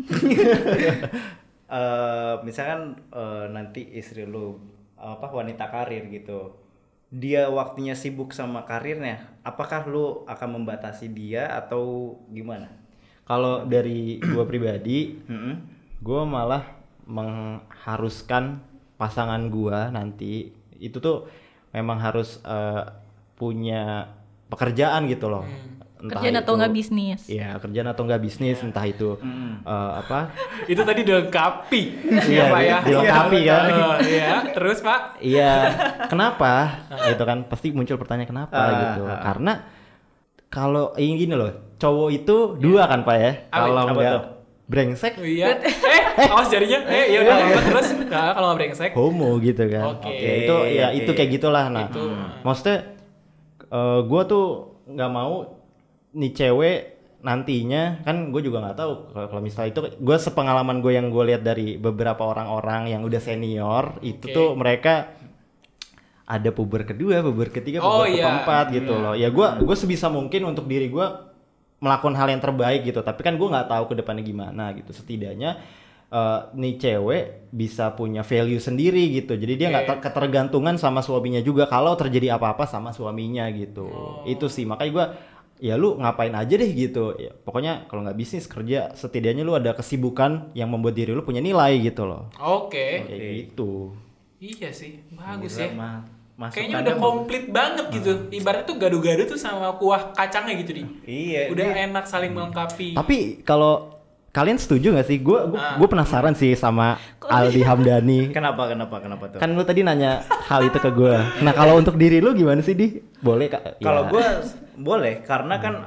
Misalkan nanti istri lu wanita karir gitu, dia waktunya sibuk sama karirnya, apakah lu akan membatasi dia atau gimana? Kalau dari gue pribadi, gue malah mengharuskan pasangan gue nanti itu tuh memang harus punya pekerjaan gitu loh. Kerjaan atau nggak bisnis? Iya, kerjaan atau nggak bisnis, entah itu Itu tadi dilengkapi. Iya, Pak ya. Dilengkapi kan. Iya, terus Pak? Iya, kenapa? Gitu kan pasti muncul pertanyaan kenapa gitu. Karena kalau ingin gini loh, cowok itu 2 kan Pak ya. Kalau nggak brengsek, iya. Awas jarinya. Ya udah terus. Nah, kalau nggak brengsek, homo gitu kan. Oke. Itu ya itu kayak gitulah. Nah, maksudnya gue tuh nggak mau nih cewek nantinya, kan gue juga nggak tahu kalau misalnya itu, gue sepengalaman gue yang gue lihat dari beberapa orang-orang yang udah senior itu tuh mereka ada puber kedua, puber ketiga, puber keempat gitu loh. Ya gue sebisa mungkin untuk diri gue melakukan hal yang terbaik gitu, tapi kan gue nggak tahu ke depannya gimana gitu. Setidaknya nih cewek bisa punya value sendiri gitu, jadi dia nggak ketergantungan sama suaminya juga kalau terjadi apa-apa sama suaminya gitu. Itu sih makanya gue ya lu ngapain aja deh gitu. Ya, pokoknya kalau nggak bisnis kerja, setidaknya lu ada kesibukan yang membuat diri lu punya nilai gitu loh. Oke. Kayak gitu. Iya sih, bagus Gila, ya. masukannya Kayaknya udah komplit banget gitu. Ibaratnya tuh gado-gado tuh sama kuah kacangnya gitu di. Iya. Udah enak saling melengkapi. Tapi kalau kalian setuju gak sih? Gue penasaran sih sama Aldi Hamdani. Kenapa tuh? Kan lu tadi nanya hal itu ke gue. Nah kalau untuk diri lu gimana sih Di? Boleh Kak? Kalau Ya. gue boleh, karena kan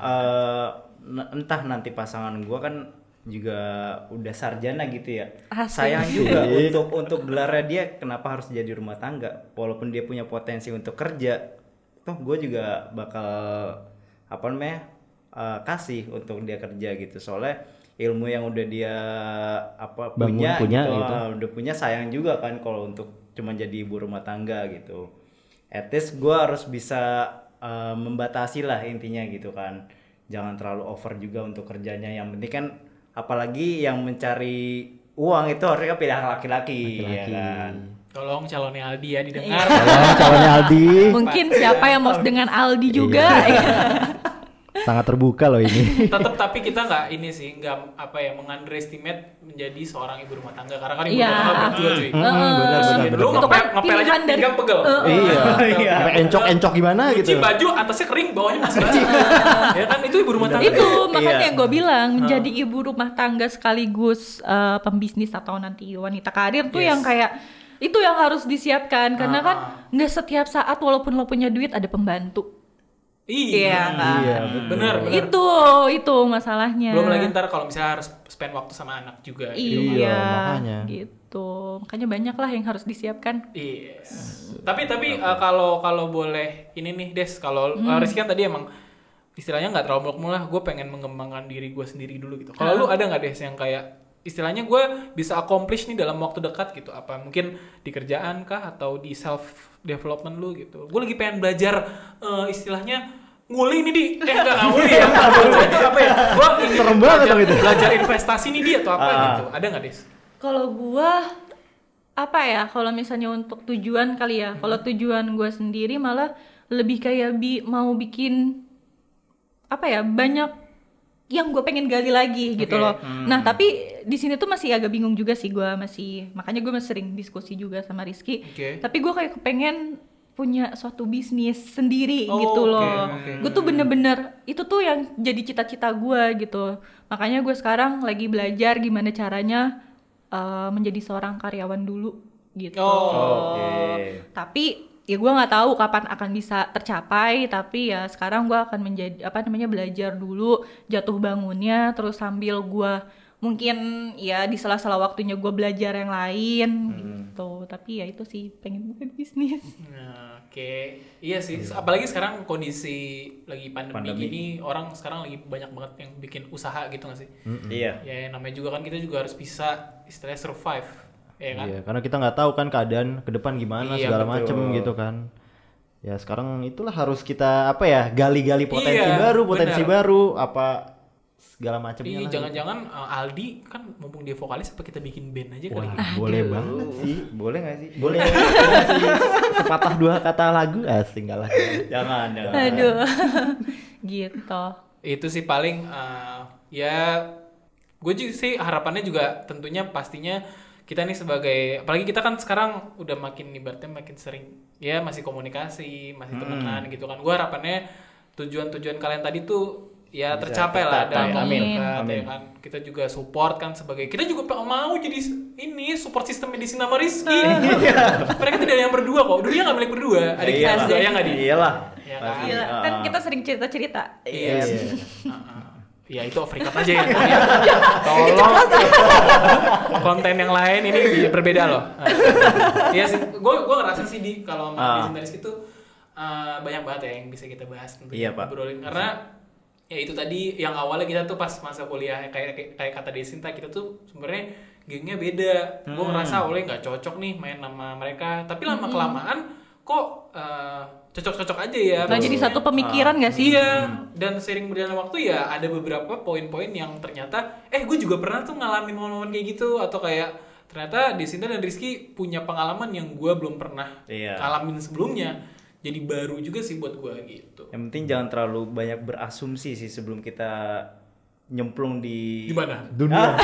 entah nanti pasangan gue kan juga udah sarjana gitu ya. Asik. Sayang juga untuk gelarnya dia kenapa harus jadi rumah tangga, walaupun dia punya potensi untuk kerja. Toh gue juga bakal apa namanya kasih untuk dia kerja gitu. Soalnya ilmu yang udah dia punya gitu. Udah punya, sayang juga kan kalau untuk cuma jadi ibu rumah tangga gitu. At least gue harus bisa membatasi lah intinya gitu kan. Jangan terlalu over juga untuk kerjanya. Yang penting kan apalagi yang mencari uang itu harusnya pilihan laki-laki. Ya kan. Tolong calonnya Aldi ya didengar. Tolong calonnya Aldi. Mungkin siapa yang mau dengan Aldi juga. Sangat terbuka loh ini. Tetap tapi kita nggak mengunderestimate menjadi seorang ibu rumah tangga karena kan ibu Iya. rumah tangga berat juga cuy. Benar. Lu Itu kan ngepel aja pilihan dari- pinggang pegel. Iya. Sampai encok-encok gimana Cuci gitu. baju atasnya kering, bawahnya masih basah. Ya kan itu ibu rumah tangga. Itu makanya Iya. yang gue bilang menjadi ibu rumah tangga sekaligus pembisnis atau nanti wanita karir tuh Yes. yang kayak itu yang harus disiapkan karena kan nggak setiap saat walaupun lo punya duit ada pembantu. Iya. Iya, Benar. Itu masalahnya. Belum lagi ntar kalau misalnya harus spend waktu sama anak juga. di rumah. Iya, Iya, makanya. gitu. Makanya banyak lah yang harus disiapkan. Yes. Tapi kalau boleh ini nih Des, kalau Rizky kan tadi emang istilahnya nggak terlalu muluk-muluk lah, gue pengen mengembangkan diri gue sendiri dulu gitu. Kalau lu ada nggak Des yang kayak istilahnya gue bisa accomplish nih dalam waktu dekat gitu, apa mungkin di kerjaan kah atau di self development lu gitu? Gue lagi pengen belajar istilahnya nguli nih di nggak nguli ya apa ya? Gue Serem banget dong itu. belajar investasi nih dia atau apa gitu? Ada nggak Des? Kalau gua apa ya? Kalau misalnya untuk tujuan kali ya. Kalau tujuan gua sendiri malah lebih kayak mau bikin apa ya? Banyak yang gue pengen gali lagi gitu loh. Nah tapi di sini tuh masih agak bingung juga sih gue makanya gue masih sering diskusi juga sama Rizky. Tapi gue kayak kepengen punya suatu bisnis sendiri gitu loh. Gue tuh bener-bener itu tuh yang jadi cita-cita gue gitu. Makanya gue sekarang lagi belajar gimana caranya menjadi seorang karyawan dulu gitu. Tapi ya gue nggak tahu kapan akan bisa tercapai, tapi ya sekarang gue akan belajar dulu jatuh bangunnya, terus sambil gue mungkin ya di sela-sela waktunya gue belajar yang lain gitu. Tapi ya itu sih pengen buka bisnis. Iya sih, apalagi sekarang kondisi lagi pandemi gini, orang sekarang lagi banyak banget yang bikin usaha gitu nggak sih? Iya. Ya namanya juga kan kita juga harus bisa istilahnya survive. Ya kan? Iya, karena kita nggak tahu kan keadaan ke depan gimana segala betul. macem gitu kan. Ya sekarang itulah harus kita gali-gali potensi baru, apa segala macamnya. Jangan-jangan Aldi kan mumpung dia vokalis, apa kita bikin band aja kali? Boleh banget sih. Boleh nggak sih? Boleh. Sepatah dua kata lagu tinggal lah. Jangan. Aduh. Gitu. Itu sih paling ya gue juga sih harapannya juga tentunya pastinya kita nih sebagai, apalagi kita kan sekarang udah makin ibaratnya makin sering ya masih komunikasi, masih temenan gitu kan. Gue harapannya tujuan-tujuan kalian tadi tuh ya bisa tercapai lah dalam waktu Amin. dekat, ya kan. Kita juga support kan sebagai, kita juga mau jadi ini support sistem medis nama Rizky. Mereka tidak ada yang berdua kok, dunia nggak milik berdua, ada kita juga ya nggak di? Iyalah. Ya kan? Gila, kan kita sering cerita-cerita. Iya. Ya itu off record aja ya. Tolong konten yang lain ini berbeda loh. Iya sih, gue ngerasa sih kalau sama Desinta Rizky itu banyak banget ya yang bisa kita bahas tentunya. Iya, Pak. Ngobrolin karena ya itu tadi yang awalnya kita tuh pas masa kuliah kayak kata Desinta, kita tuh sebenarnya gengnya beda. Gue ngerasa awalnya nggak cocok nih main sama mereka, tapi lama kelamaan kok cocok-cocok aja ya. Nggak jadi satu pemikiran nggak sih? Iya, dan sering berjalan waktu ya ada beberapa poin-poin yang ternyata gue juga pernah tuh ngalamin momen-momen kayak gitu, atau kayak ternyata Desinta dan Rizky punya pengalaman yang gue belum pernah ngalamin sebelumnya. jadi baru juga sih buat gue gitu. Yang penting jangan terlalu banyak berasumsi sih sebelum kita nyemplung di Gimana? Dunia.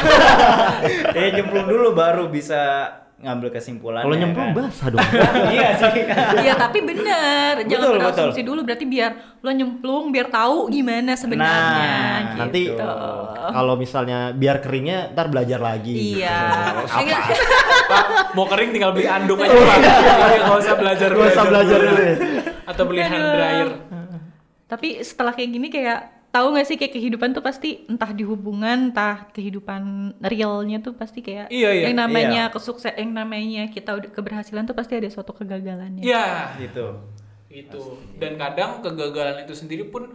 nyemplung dulu baru bisa ngambil kesimpulan. Kalau nyemplung kan? basah dong. Iya sih. Iya tapi bener, jangan Betul, berasumsi dulu, berarti biar lo nyemplung biar tahu gimana sebenarnya. Nah, gitu. Nanti kalau misalnya biar keringnya ntar belajar lagi. Iya. Enggak. Pak, mau kering tinggal beli anduk aja Pak. Jadi nggak usah belajar. Gak usah belajar dulu ya. Atau beli hand dryer. Tapi setelah kayak gini kayak tahu nggak sih kayak kehidupan tuh pasti entah di hubungan, entah kehidupan realnya tuh pasti kayak Iya. yang namanya kesuksesan, yang namanya kita udah keberhasilan tuh pasti ada suatu kegagalannya. Iya. Gitu. Itu. Dan kadang kegagalan itu sendiri pun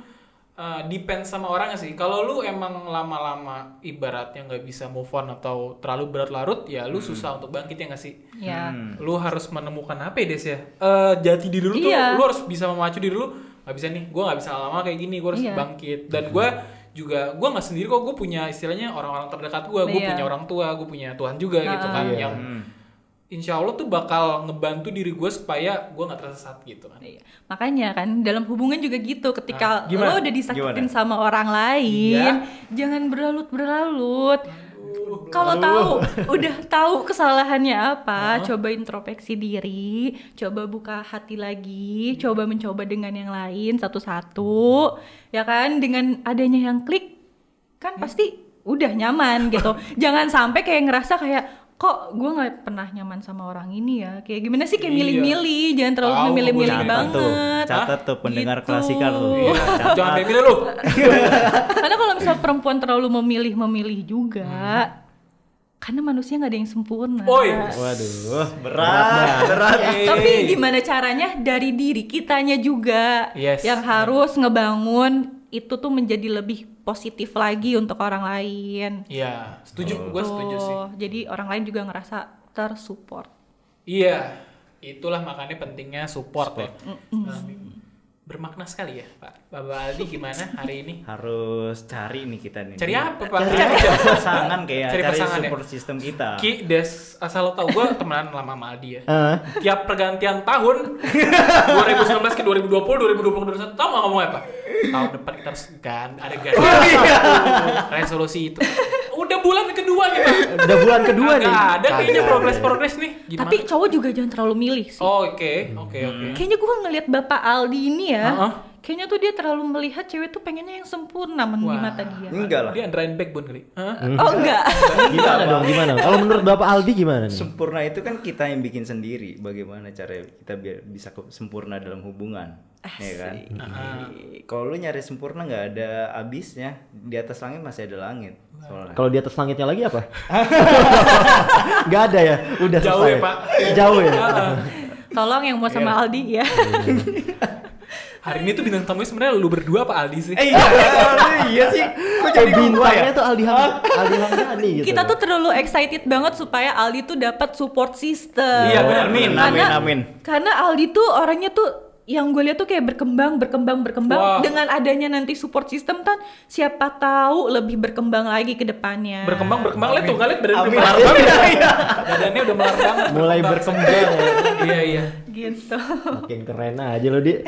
depend sama orangnya sih. Kalau lu emang lama-lama ibaratnya nggak bisa move on atau terlalu berlarut, ya lu susah untuk bangkit ya nggak sih? Ya. Lu harus menemukan apa ya Des ya? Jati diri lu tuh, Iya. lu harus bisa memacu diri lu. Nggak bisa nih, gue nggak bisa lama kayak gini, gue harus Iya. bangkit. Dan gue nggak sendiri kok, gue punya istilahnya orang-orang terdekat gue Iya. punya orang tua, gue punya Tuhan juga gitu kan, Iya. yang insya Allah tuh bakal ngebantu diri gue supaya gue nggak tersesat gitu kan. Iya. Makanya kan dalam hubungan juga gitu, ketika gimana? lo udah disakitin Gimana? sama orang lain, Iya. jangan berlarut-berlarut. Kalau udah tahu kesalahannya apa, coba introspeksi diri, coba buka hati lagi, coba mencoba dengan yang lain satu-satu, ya kan? Dengan adanya yang klik, kan pasti udah nyaman gitu. Jangan sampai kayak ngerasa kayak kok gue nggak pernah nyaman sama orang ini ya, kayak gimana sih, kayak Iya. milih-milih, jangan terlalu Tahu, memilih-milih gua banget. Catat tuh pendengar Gitu. klasikal tuh. Iya. Jangan pilih lu. Karena kalau misal perempuan terlalu memilih juga, karena manusia nggak ada yang sempurna. Oi. Waduh, Berat. Tapi gimana caranya dari diri kitanya juga Yes. yang harus ngebangun itu tuh menjadi lebih positif lagi untuk orang lain. Iya, setuju, gue setuju sih. Tuh, jadi orang lain juga ngerasa tersupport. Iya, itulah makanya pentingnya support. Ya. Bermakna sekali ya, Pak. Bapak Aldi gimana hari ini? Harus cari nih kita nih. Cari apa, Pak? Cari pasangan kayak Cari cari pasangan ya? support system kita. Ki, Des, asal lo tau, gue temenan lama sama Aldi ya. Ah. Tiap pergantian tahun 2019 ke 2020, 2020 ke 2021, tau gak ngomong apa? Tahun depan kita harus ada resolusi itu. Udah bulan kedua nih, Pak. Udah bulan kedua nih. Gak ada kayaknya Kagak. progres nih. Gimana? Tapi cowok juga jangan terlalu milih sih. Oke. Kayaknya gue ngelihat Bapak Aldi ini ya, Heeh. kayaknya tuh dia terlalu melihat cewek tuh pengennya yang sempurna di Wah. mata dia. Enggak lah. Dia underline backbone kali. Hah? Oh enggak. Gimana dong, gimana? Kalau menurut Bapak Aldi gimana nih? Sempurna itu kan kita yang bikin sendiri. Bagaimana cara kita biar bisa sempurna dalam hubungan, ya kan? Kalau lu nyari sempurna nggak ada habisnya. Di atas langit masih ada langit. Soalnya. Kalau di atas langitnya lagi apa? Gak ada ya? Udah Jauh selesai. ya, Pak. Jauh ya? Tolong yang mau sama Aldi ya. Hari ini tuh bintang tamunya sebenarnya lu berdua apa Aldi sih? Iya sih. Kok jadi gua Bintangnya ya? tuh Aldi Hamdani gitu. Kita tuh terlalu excited banget supaya Aldi tuh dapat support system. Iya, benar. Amin. Karena Aldi tuh orangnya tuh yang gue lihat tuh kayak berkembang. Wah. Dengan adanya nanti support system kan siapa tahu lebih berkembang lagi ke depannya. Berkembang lihat tuh, lihat badan Amin. udah melar banget. Badannya udah melar banget. Mulai berkembang ya. Iya. Gitu. Makin keren aja lo, Di.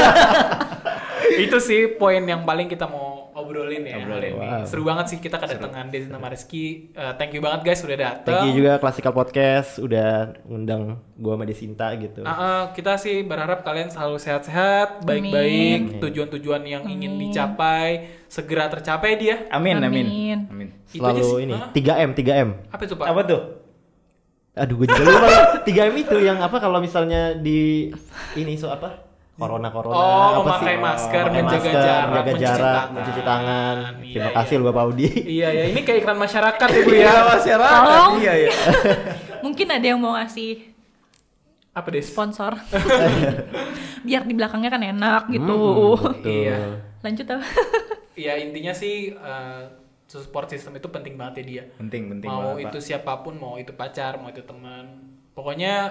Itu sih poin yang paling kita mau obrolin ya. Hari ini. Wow. Seru banget sih kita kedatangan Desi sama Rizky. Thank you banget guys udah datang. Thank you juga Classical Podcast udah ngundang gua sama Desinta gitu. Kita sih berharap kalian selalu sehat-sehat, baik-baik, tujuan-tujuan yang ingin dicapai segera tercapai dia. Amin. Amin. Itu aja Selalu sih. ini Hah? 3M. Apa itu Pak? Apa tuh? Aduh, gue juga lupa. 3M itu yang apa kalau misalnya di ini apa? Corona Oh, apa memakai sih? masker, Pakai menjaga masker, jarak, menjaga mencuci jarak, tangan. mencuci tangan. Iya, Terima iya. kasih loh Bapak Audi. Iya ya, ini kayak iklan masyarakat ya Bu ya. Masyarakat. Tolong. Iya. Mungkin ada yang mau ngasih Apa deh? sponsor. Biar di belakangnya kan enak gitu. Betul. Iya. Lanjut apa? Ya intinya sih support system itu penting banget ya dia. Penting Mau banget, itu Pak. siapapun, mau itu pacar, mau itu teman. Pokoknya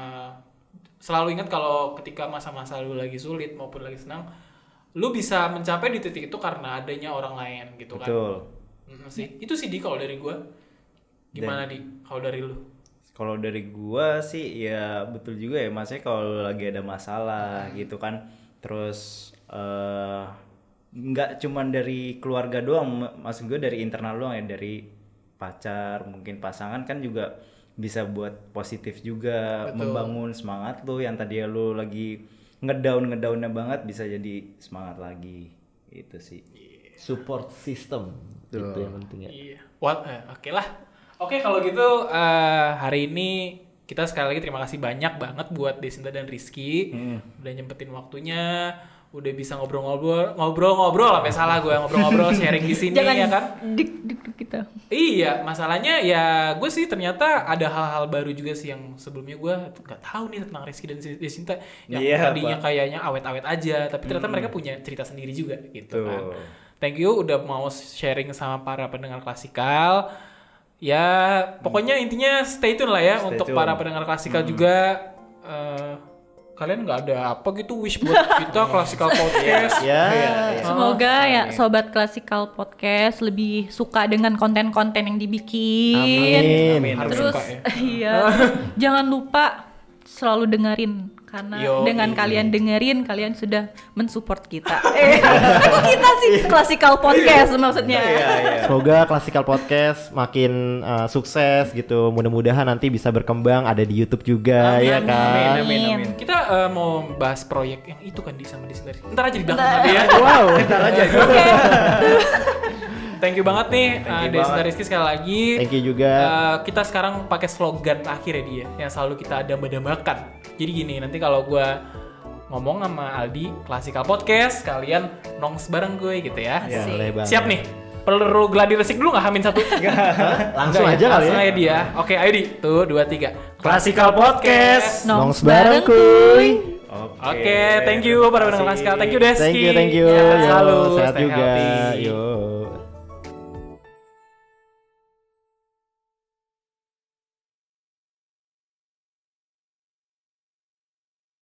selalu ingat kalau ketika masa-masa lu lagi sulit maupun lagi senang, lu bisa mencapai di titik itu karena adanya orang lain gitu kan. Betul. Sih. Itu sih Di kalau dari gua. Gimana Di kalau dari lu? Kalau dari gua sih ya betul juga ya, maksudnya kalau lagi ada masalah gitu kan, terus nggak cuman dari keluarga doang, maksud gue dari internal doang ya, dari pacar mungkin pasangan kan juga bisa buat positif juga. Betul. Membangun semangat lo yang tadi lo lagi ngedownnya banget bisa jadi semangat lagi, itu sih. Support system itu yang penting ya. Iya. Oke lah. Oke kalau gitu hari ini kita sekali lagi terima kasih banyak banget buat Desinta dan Rizky udah nyempetin waktunya, udah bisa ngobrol sampai salah gue ngobrol sharing di sini. Jangan ya kan. dik kita. Iya, masalahnya ya gue sih ternyata ada hal-hal baru juga sih yang sebelumnya gue nggak tahu nih tentang Rizky dan Desinta yang tadinya kayaknya awet-awet aja, tapi ternyata mereka punya cerita sendiri juga gitu kan. Thank you udah mau sharing sama para pendengar klasikal. Ya pokoknya intinya stay tune lah ya untuk para pendengar klasikal juga. Kalian nggak ada apa gitu wish buat kita klasikal podcast? Semoga ya sobat klasikal podcast lebih suka dengan konten-konten yang dibikin. Amin. Terus iya, jangan lupa selalu dengerin karena dengan kalian dengerin kalian sudah mensupport kita. Kok kita sih klasikal podcast maksudnya. Semoga klasikal podcast makin sukses gitu. Mudah-mudahan nanti bisa berkembang, ada di YouTube juga. Amin, ya kan. Amin. Kita mau bahas proyek yang itu kan sama di sendiri. Ntar aja di belakang nanti ya. Wow. Ntar aja. Thank you banget nih Desinta Rizky sekali lagi. Thank you juga. Kita sekarang pakai slogan terakhir ya dia yang selalu kita dambakan. Jadi gini, nanti kalau gue ngomong sama Aldi klasikal podcast, kalian nongs bareng gue gitu ya. Boleh banget. Siap nih. Perlu gladi resik dulu nggak Hamin satu? Langsung aja kali langsung ya. aja dia. Oke, ayo di. Tuh, 2, 3. Klasikal podcast. Nongs bareng, bareng kuy. Oke, thank you para pendengar klasikal. Thank you Deski. Thank you. Ya, Yo, selalu sehat stay juga. healthy. Yo.